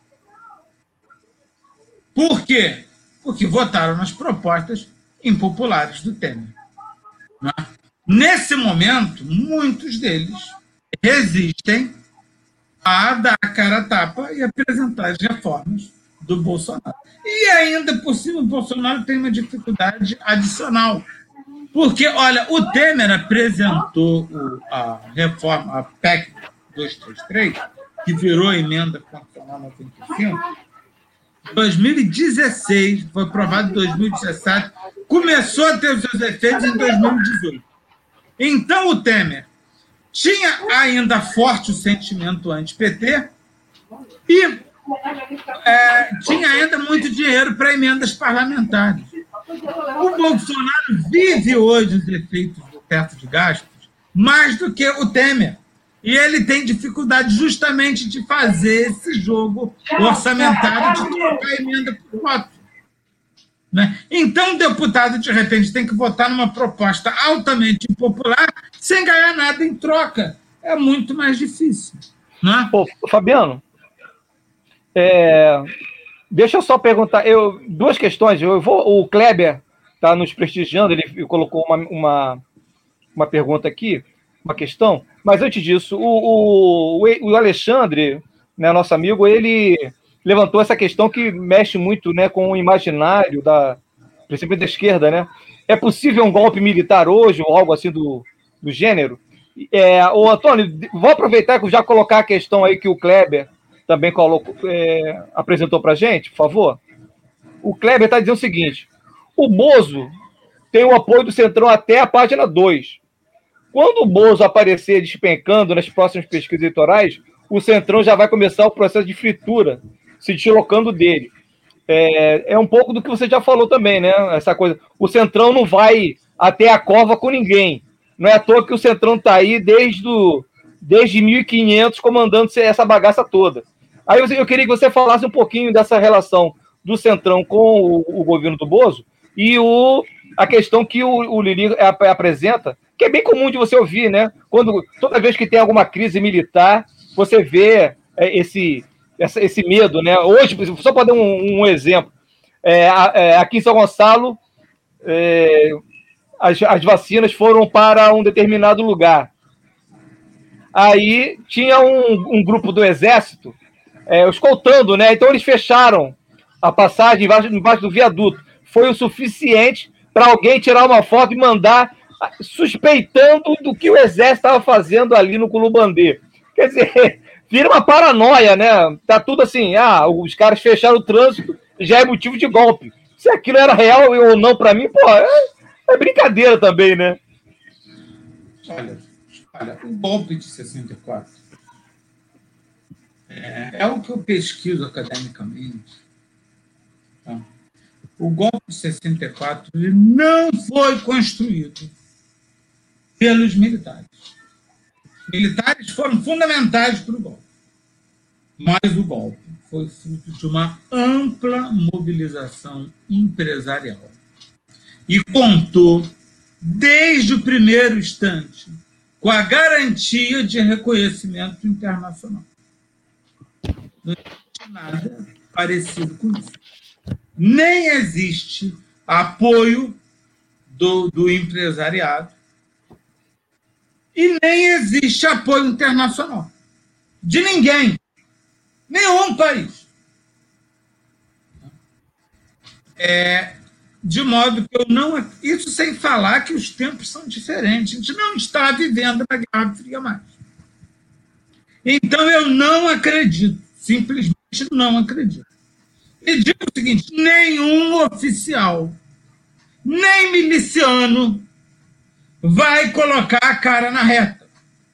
Por quê? Porque votaram nas propostas impopulares do Temer. Nesse momento, muitos deles resistem a dar a cara a tapa e apresentar as reformas do Bolsonaro. E ainda por cima, o Bolsonaro tem uma dificuldade adicional. Porque, olha, o Temer apresentou a reforma, a P E C duzentos e trinta e três, que virou a emenda constitucional noventa e cinco, em dois mil e dezesseis, foi aprovado em dois mil e dezessete, começou a ter os seus efeitos em dois mil e dezoito. Então, o Temer tinha ainda forte o sentimento anti-P T e é, tinha ainda muito dinheiro para emendas parlamentares. O Bolsonaro vive hoje os efeitos do teto de gastos mais do que o Temer. E ele tem dificuldade justamente de fazer esse jogo orçamentário, de trocar emenda por voto. Né? Então, o deputado, de repente, tem que votar numa proposta altamente impopular sem ganhar nada em troca. É muito mais difícil. Né? Pô, Fabiano, é, deixa eu só perguntar, eu, duas questões. Eu vou, o Kleber está nos prestigiando, ele colocou uma, uma, uma pergunta aqui, uma questão, mas antes disso, o, o, o Alexandre, né, nosso amigo, ele levantou essa questão que mexe muito, né, com o imaginário da, principalmente da esquerda, né? É possível um golpe militar hoje ou algo assim do, do gênero? É, ô, Antônio, vou aproveitar e já colocar a questão aí que o Kleber também colocou, é, apresentou para a gente, por favor. O Kleber está dizendo o seguinte: o Bozo tem o apoio do Centrão até a página dois. Quando o Bozo aparecer despencando nas próximas pesquisas eleitorais, o Centrão já vai começar o processo de fritura, se deslocando dele. É, é um pouco do que você já falou também, né? Essa coisa. O Centrão não vai até a cova com ninguém. Não é à toa que o Centrão está aí desde, do, desde mil e quinhentos comandando essa bagaça toda. Aí eu queria que você falasse um pouquinho dessa relação do Centrão com o, o governo do Bozo e o, a questão que o, o Lili apresenta, que é bem comum de você ouvir, né? Quando, toda vez que tem alguma crise militar, você vê é, esse, essa, esse medo, né? Hoje, só para dar um, um exemplo, é, é, aqui em São Gonçalo, é, as, as vacinas foram para um determinado lugar. Aí tinha um, um grupo do Exército é, escoltando, né? Então eles fecharam a passagem embaixo, embaixo do viaduto. Foi o suficiente para alguém tirar uma foto e mandar, suspeitando do que o Exército estava fazendo ali no Culubandê. Quer dizer, vira uma paranoia, né? Tá tudo assim, ah, os caras fecharam o trânsito, já é motivo de golpe. Se aquilo era real ou não para mim, pô, é, é brincadeira também, né? Olha, olha, o golpe de sessenta e quatro é, é o que eu pesquiso academicamente. Tá? O golpe de sessenta e quatro ele não foi construído pelos militares. Militares foram fundamentais para o golpe. Mas o golpe foi fruto de uma ampla mobilização empresarial. E contou, desde o primeiro instante, com a garantia de reconhecimento internacional. Não existe nada parecido com isso. Nem existe apoio do, do empresariado e nem existe apoio internacional. De ninguém. Nenhum país. É, de modo que eu não... Isso sem falar que os tempos são diferentes. A gente não está vivendo na Guerra Fria mais. Então, eu não acredito. Simplesmente não acredito. E digo o seguinte, nenhum oficial, nem miliciano, vai colocar a cara na reta.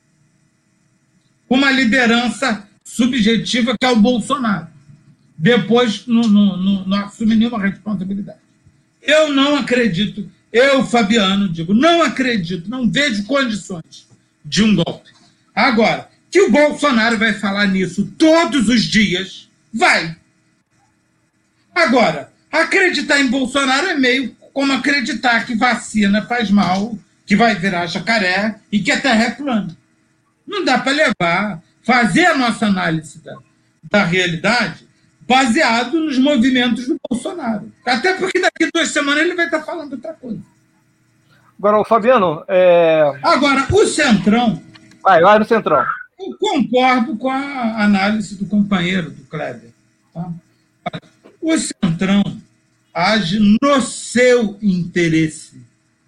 Uma liderança subjetiva que é o Bolsonaro. Depois não, não, não, não assume nenhuma responsabilidade. Eu não acredito, eu, Fabiano, digo, não acredito, não vejo condições de um golpe. Agora, que o Bolsonaro vai falar nisso todos os dias, vai. Agora, acreditar em Bolsonaro é meio como acreditar que vacina faz mal, que vai virar jacaré e que a Terra é plana. Não dá para levar, fazer a nossa análise da, da realidade baseado nos movimentos do Bolsonaro. Até porque daqui a duas semanas ele vai estar falando outra coisa. Agora, o Fabiano... É... Agora, o Centrão... Vai, vai no Centrão. Eu concordo com a análise do companheiro, do Kleber. Tá? O Centrão age no seu interesse.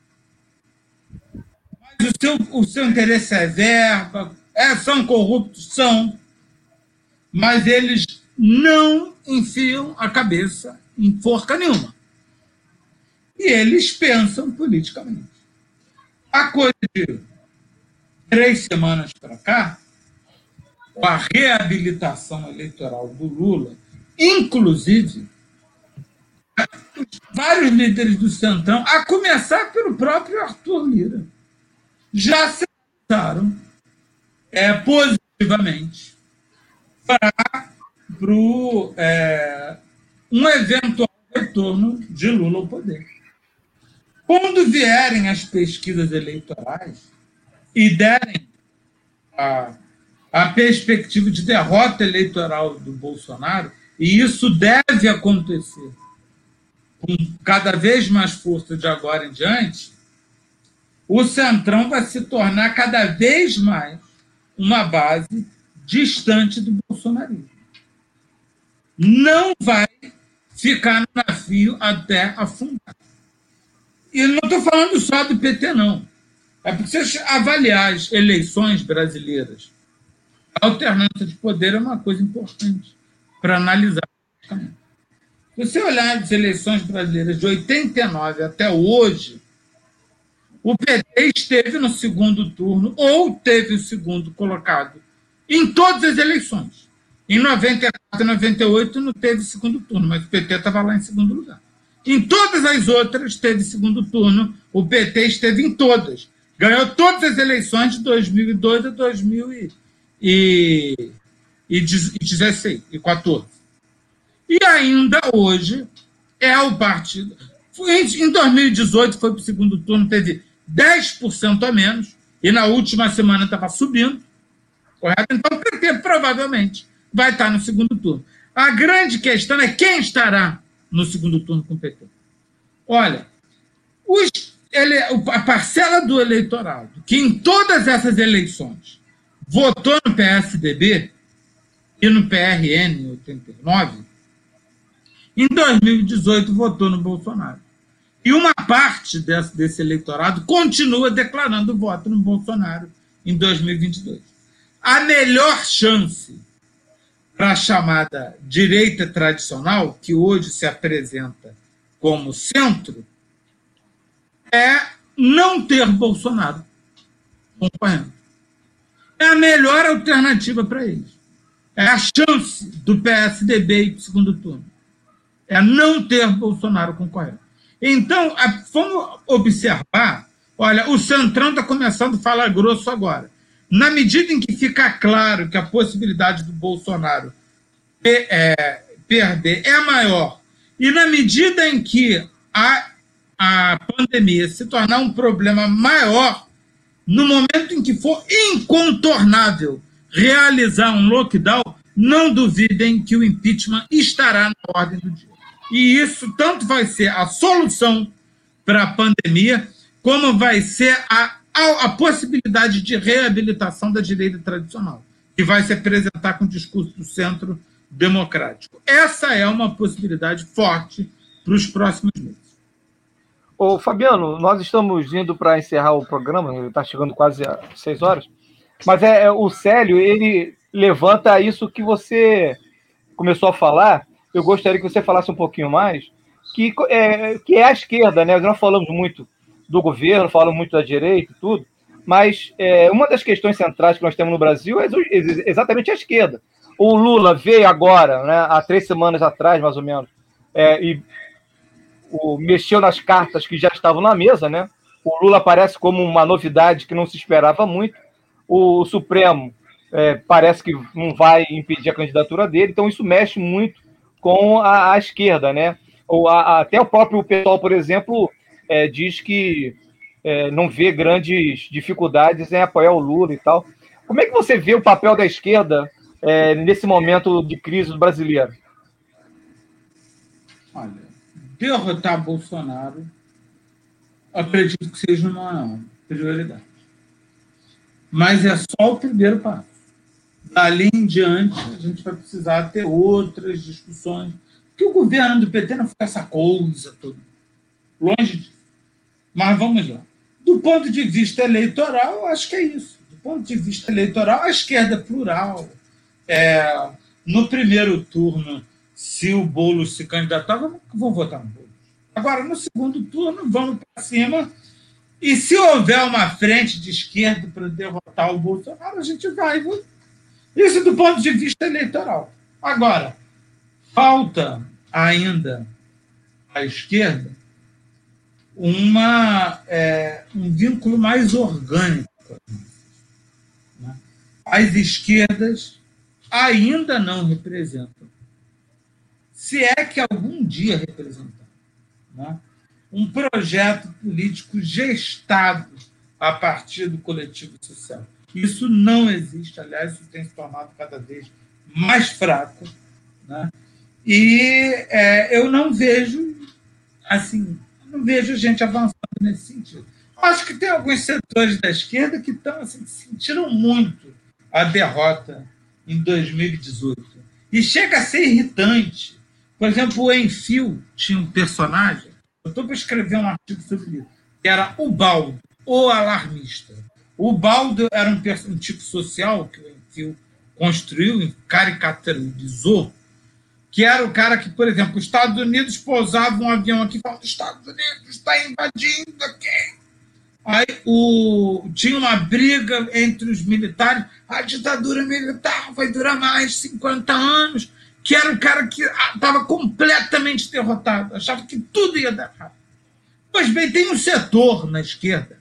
Mas o seu, o seu interesse é verba, é, são corruptos, são, mas eles não enfiam a cabeça em forca nenhuma. E eles pensam politicamente. A coisa de três semanas para cá, com a reabilitação eleitoral do Lula, inclusive, vários líderes do Centrão, a começar pelo próprio Arthur Lira, já se lançaram é, positivamente para pro, é, um eventual retorno de Lula ao poder. Quando vierem as pesquisas eleitorais e derem a, a perspectiva de derrota eleitoral do Bolsonaro, e isso deve acontecer com cada vez mais força de agora em diante, o Centrão vai se tornar cada vez mais uma base distante do bolsonarismo. não vai ficar no navio até afundar. E não estou falando só do P T, não. É porque você avaliar as eleições brasileiras, a alternância de poder é uma coisa importante para analisar. Se você olhar as eleições brasileiras de oitenta e nove até hoje, o P T esteve no segundo turno ou teve o segundo colocado em todas as eleições. Em noventa e quatro e noventa e oito não teve segundo turno, mas o P T estava lá em segundo lugar. Em todas as outras teve segundo turno, o P T esteve em todas. Ganhou todas as eleições de dois mil e dois a dois mil e dezesseis e quatorze. E ainda hoje é o partido. Em dois mil e dezoito foi para o segundo turno, teve dez por cento a menos, e na última semana estava subindo, correto? Então o P T provavelmente vai estar no segundo turno. A grande questão é quem estará no segundo turno com o P T. Olha, os, ele, a parcela do eleitorado que em todas essas eleições votou no P S D B e no P R N em oitenta e nove, em dois mil e dezoito votou no Bolsonaro. E uma parte desse, desse eleitorado continua declarando voto no Bolsonaro em dois mil e vinte e dois. A melhor chance para a chamada direita tradicional, que hoje se apresenta como centro, é não ter Bolsonaro concorrendo. É a melhor alternativa para eles. É a chance do P S D B ir para o segundo turno. É não ter Bolsonaro concorrendo. Então, vamos observar, olha, o Centrão está começando a falar grosso agora. Na medida em que fica claro que a possibilidade do Bolsonaro per, é, perder é maior, e na medida em que a, a pandemia se tornar um problema maior, no momento em que for incontornável realizar um lockdown, não duvidem que o impeachment estará na ordem do dia. E isso tanto vai ser a solução para a pandemia, como vai ser a, a, a possibilidade de reabilitação da direita tradicional, que vai se apresentar com o discurso do centro democrático. Essa é uma possibilidade forte para os próximos meses. Ô, Fabiano, nós estamos indo para encerrar o programa, está chegando quase às seis horas, mas é, é o Célio, ele levanta isso que você começou a falar. Eu gostaria que você falasse um pouquinho mais, que é, que é a esquerda, né? Nós falamos muito do governo, falamos muito da direita e tudo, mas é, uma das questões centrais que nós temos no Brasil é exatamente a esquerda. O Lula veio agora, né, há três semanas atrás, mais ou menos, é, e o, mexeu nas cartas que já estavam na mesa, né? O Lula aparece como uma novidade que não se esperava muito. O Supremo é, parece que não vai impedir a candidatura dele, então isso mexe muito com a, a esquerda, né? Ou a, a, até o próprio pessoal, por exemplo, é, diz que é, não vê grandes dificuldades em apoiar o Lula e tal. Como é que você vê o papel da esquerda é, nesse momento de crise do brasileiro? Olha, derrotar Bolsonaro, acredito que seja uma prioridade. Mas é só o primeiro passo. Dali em diante, a gente vai precisar ter outras discussões. Porque o governo do P T não foi essa coisa toda. Longe disso. Mas vamos lá. Do ponto de vista eleitoral, eu acho que é isso. Do ponto de vista eleitoral, a esquerda é plural. É, no primeiro turno, se o Boulos se candidatar, vamos, vamos votar no Boulos. Agora, no segundo turno, vamos para cima. E se houver uma frente de esquerda para derrotar o Bolsonaro, a gente vai votar. Isso do ponto de vista eleitoral. Agora, falta ainda à esquerda uma, é, um vínculo mais orgânico. Né? As esquerdas ainda não representam, se é que algum dia representam, né? Um projeto político gestado a partir do coletivo social. Isso não existe, aliás, isso tem se tornado cada vez mais fraco, né? E é, eu não vejo, assim, não vejo gente avançando nesse sentido. Acho que tem alguns setores da esquerda que estão, assim, sentiram muito a derrota em dois mil e dezoito. E chega a ser irritante. Por exemplo, o Enfio tinha um personagem, eu estou para escrever um artigo sobre isso, que era o Baldo, o alarmista. O Baldo era um, um tipo social que o Enfio construiu e caricaturizou, que era o cara que, por exemplo, os Estados Unidos pousavam um avião aqui e falavam: os Estados Unidos está invadindo aqui. Aí o, tinha uma briga entre os militares, a ditadura militar vai durar mais de cinquenta anos, que era um cara que estava completamente derrotado, achava que tudo ia dar errado. Pois bem, tem um setor na esquerda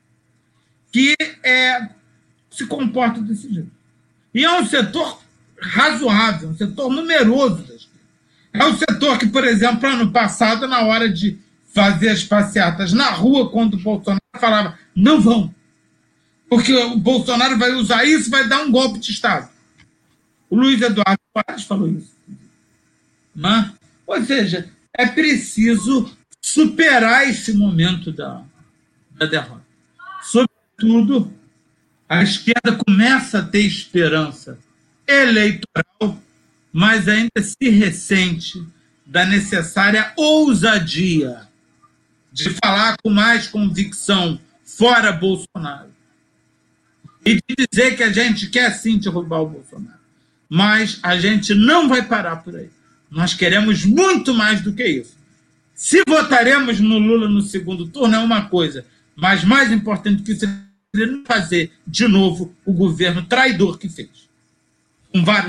que é, se comporta desse jeito. E é um setor razoável, um setor numeroso da esquerda. É um setor que, por exemplo, ano passado, na hora de fazer as passeatas na rua contra o Bolsonaro, falava: não vão, porque o Bolsonaro vai usar isso e vai dar um golpe de Estado. O Luiz Eduardo Soares falou isso. Né? Ou seja, é preciso superar esse momento da, da derrota. Sobretudo, a esquerda começa a ter esperança eleitoral, mas ainda se ressente da necessária ousadia de falar com mais convicção fora Bolsonaro e de dizer que a gente quer sim derrubar o Bolsonaro, mas a gente não vai parar por aí. Nós queremos muito mais do que isso. Se votaremos no Lula no segundo turno é uma coisa, mas mais importante que isso é não fazer de novo o governo traidor que fez. Com vários...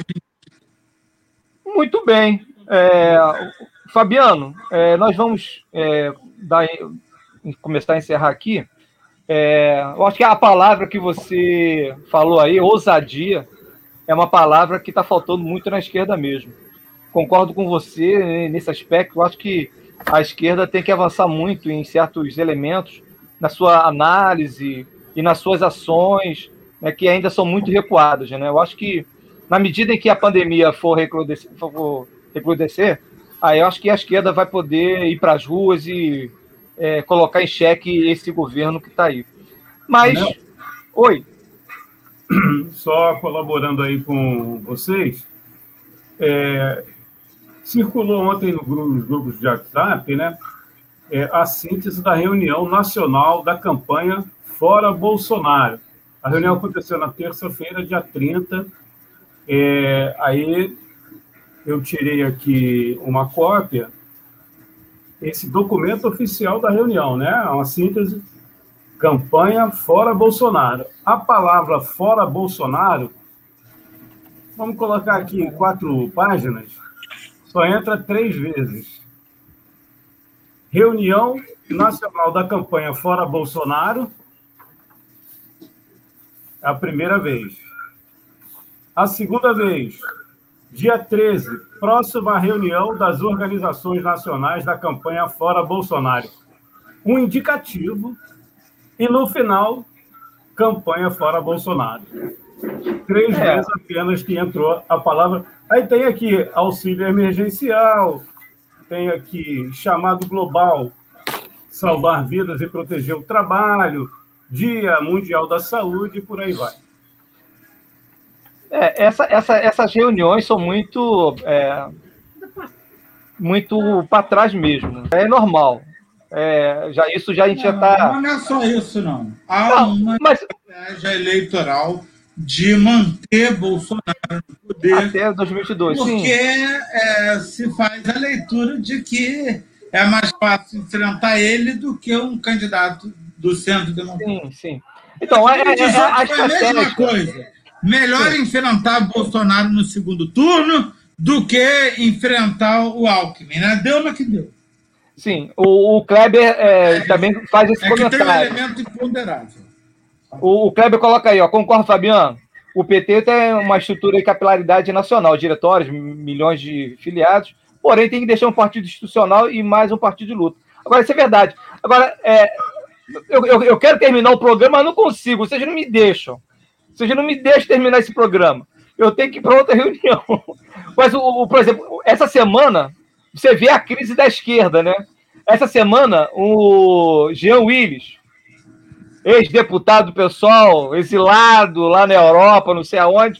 Muito bem. É, Fabiano, é, nós vamos é, dar, começar a encerrar aqui. É, eu acho que a palavra que você falou aí, ousadia, é uma palavra que está faltando muito na esquerda mesmo. Concordo com você nesse aspecto. Eu acho que a esquerda tem que avançar muito em certos elementos, na sua análise e nas suas ações, né, que ainda são muito recuadas. Né? Eu acho que, na medida em que a pandemia for recrudescer, for recrudescer, aí eu acho que a esquerda vai poder ir para as ruas e é, colocar em xeque esse governo que está aí. Mas, não. Oi. Só colaborando aí com vocês, é, circulou ontem no grupo, nos grupos de WhatsApp, né, é, a síntese da reunião nacional da campanha Fora Bolsonaro. A reunião aconteceu na terça-feira, dia trinta. É, aí eu tirei aqui uma cópia, esse documento oficial da reunião, né? Uma síntese, campanha Fora Bolsonaro. A palavra Fora Bolsonaro, vamos colocar aqui em quatro páginas, só entra três vezes. Reunião nacional da campanha Fora Bolsonaro, a primeira vez. A segunda vez, dia treze, próxima reunião das organizações nacionais da campanha Fora Bolsonaro. Um indicativo, e no final, campanha Fora Bolsonaro. Três é. vezes apenas que entrou a palavra. Aí tem aqui auxílio emergencial, tem aqui chamado global, salvar vidas e proteger o trabalho, Dia Mundial da Saúde, e por aí vai. É, essa, essa, essas reuniões são muito, é, muito para trás mesmo. É normal. É, já, isso já a gente não, já está... Não é só isso, não. Há não, uma mas... estratégia eleitoral de manter Bolsonaro no poder. Até dois mil e vinte e dois, porque é, se faz a leitura de que é mais fácil enfrentar ele do que um candidato do centro democrático. Sim, sim. Então, é, é, é, é a, a mesma coisa. Melhor sim. enfrentar Bolsonaro no segundo turno do que enfrentar o Alckmin, né? Deu no que deu. Sim, o, o Kleber é, é, também faz esse é comentário. Que tem um elemento imponderável. O, o Kleber coloca aí, ó, concordo, Fabiano. O P T tem uma estrutura de capilaridade nacional, diretórios, milhões de filiados, porém tem que deixar um partido institucional e mais um partido de luta. Agora, isso é verdade. Agora, é, eu, eu, eu quero terminar o programa, mas não consigo, vocês não me deixam. Vocês não me deixam terminar esse programa. Eu tenho que ir para outra reunião. Mas, o, o, por exemplo, essa semana, você vê a crise da esquerda, né? Essa semana, o Jean Willis, ex-deputado do PSOL, exilado lá na Europa, não sei aonde,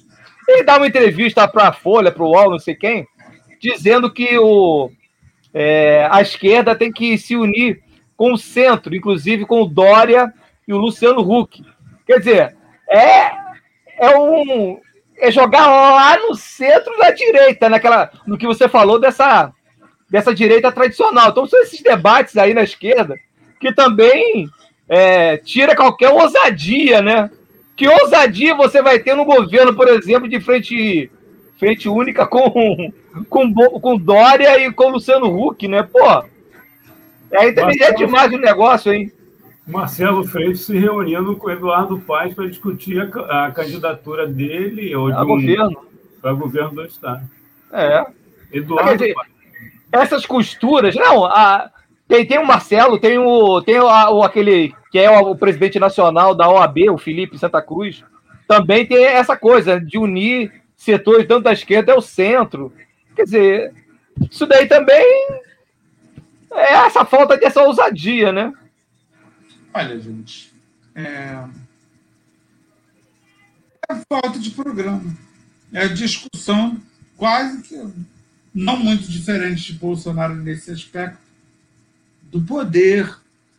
Ele dá uma entrevista para a Folha, para o U O L, não sei quem, dizendo que o, é, a esquerda tem que se unir com o centro, inclusive com o Dória e o Luciano Huck. Quer dizer, é, é, um, é jogar lá no centro da direita, naquela, no que você falou dessa, dessa direita tradicional. Então são esses debates aí na esquerda que também é, tira qualquer ousadia, né? Que ousadia você vai ter no governo, por exemplo, de frente, frente única com, com, com Dória e com Luciano Huck, né? Pô, aí também é demais o negócio, hein? Marcelo Freixo se reunindo com o Eduardo Paes para discutir a, a candidatura dele ou de um, governo. para governo do Estado. É. Eduardo Quer dizer, Paes. Essas costuras... Não, a, tem, tem o Marcelo, tem, o, tem o, a, o, aquele que é o, o presidente nacional da O A B, o Felipe Santa Cruz, também tem essa coisa de unir setores tanto da esquerda ao centro. Quer dizer, isso daí também é essa falta dessa ousadia, né? Olha, gente, é... é falta de programa. É discussão quase que não muito diferente de Bolsonaro nesse aspecto do poder,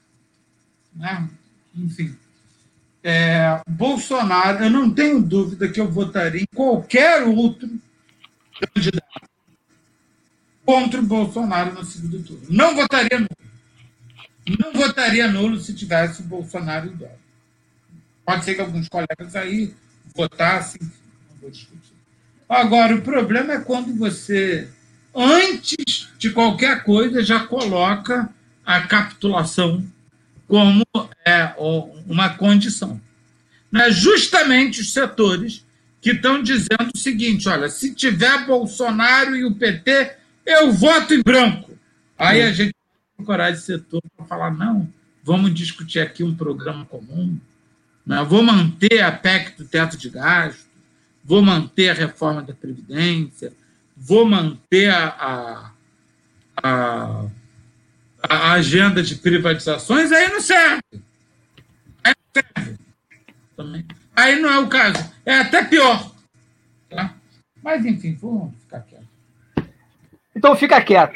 né? Enfim, é... Bolsonaro, eu não tenho dúvida que eu votaria em qualquer outro candidato contra o Bolsonaro no segundo turno. Não votaria no Não votaria nulo se tivesse o Bolsonaro e o Dória. Pode ser que alguns colegas aí votassem, não vou discutir. Agora, o problema é quando você, antes de qualquer coisa, já coloca a capitulação como é, uma condição. Né? Justamente os setores que estão dizendo o seguinte, olha, se tiver Bolsonaro e o P T, eu voto em branco. Aí a gente procurar esse setor para falar, não, vamos discutir aqui um programa comum, né? Vou manter a P E C do teto de gasto, vou manter a reforma da Previdência, vou manter a, a, a, a agenda de privatizações, aí não serve. Aí não serve. Também. Aí não é o caso. É até pior. Tá? Mas, enfim, vamos ficar quieto. Então fica quieto.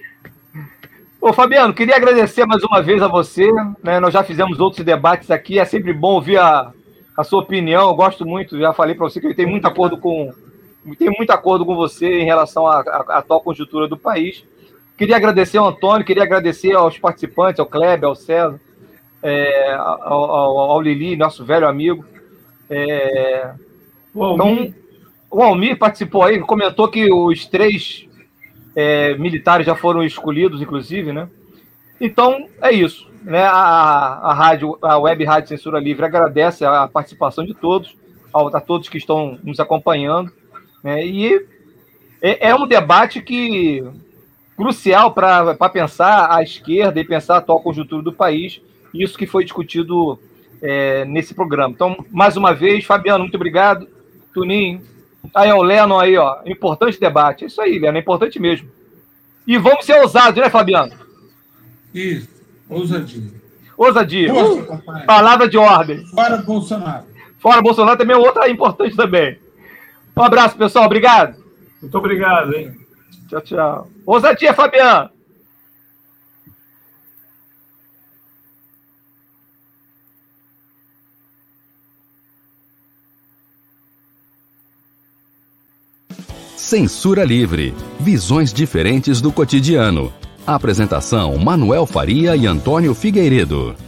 Ô, Fabiano, queria agradecer mais uma vez a você, né? Nós já fizemos outros debates aqui, é sempre bom ouvir a, a sua opinião, eu gosto muito, já falei para você que eu tenho muito acordo com, tenho muito acordo com você em relação à, à, à atual conjuntura do país. Queria agradecer ao Antônio, queria agradecer aos participantes, ao Kleber, ao César, é, ao, ao, ao Lili, nosso velho amigo. É, o Almir. Então, o Almir participou aí, comentou que os três É, militares já foram escolhidos, inclusive, né? Então, é isso. Né? A, a, rádio, a Web Rádio Censura Livre agradece a participação de todos, a, a todos que estão nos acompanhando. Né? E é, é um debate que, crucial para pensar a esquerda e pensar a atual conjuntura do país, isso que foi discutido é, nesse programa. Então, mais uma vez, Fabiano, muito obrigado. Tuninho. Aí, ó, o Lennon aí, ó. Importante debate. É isso aí, Lennon, é importante mesmo. E vamos ser ousados, né, Fabiano? Isso, ousadia. Ousadia. Força, uh, palavra de ordem. Fora Bolsonaro. Fora Bolsonaro também é outra importante também. Um abraço, pessoal. Obrigado. Muito obrigado, hein? Tchau, tchau. Ousadia, Fabiano. Censura Livre. Visões diferentes do cotidiano. Apresentação: Manuel Faria e Antônio Figueiredo.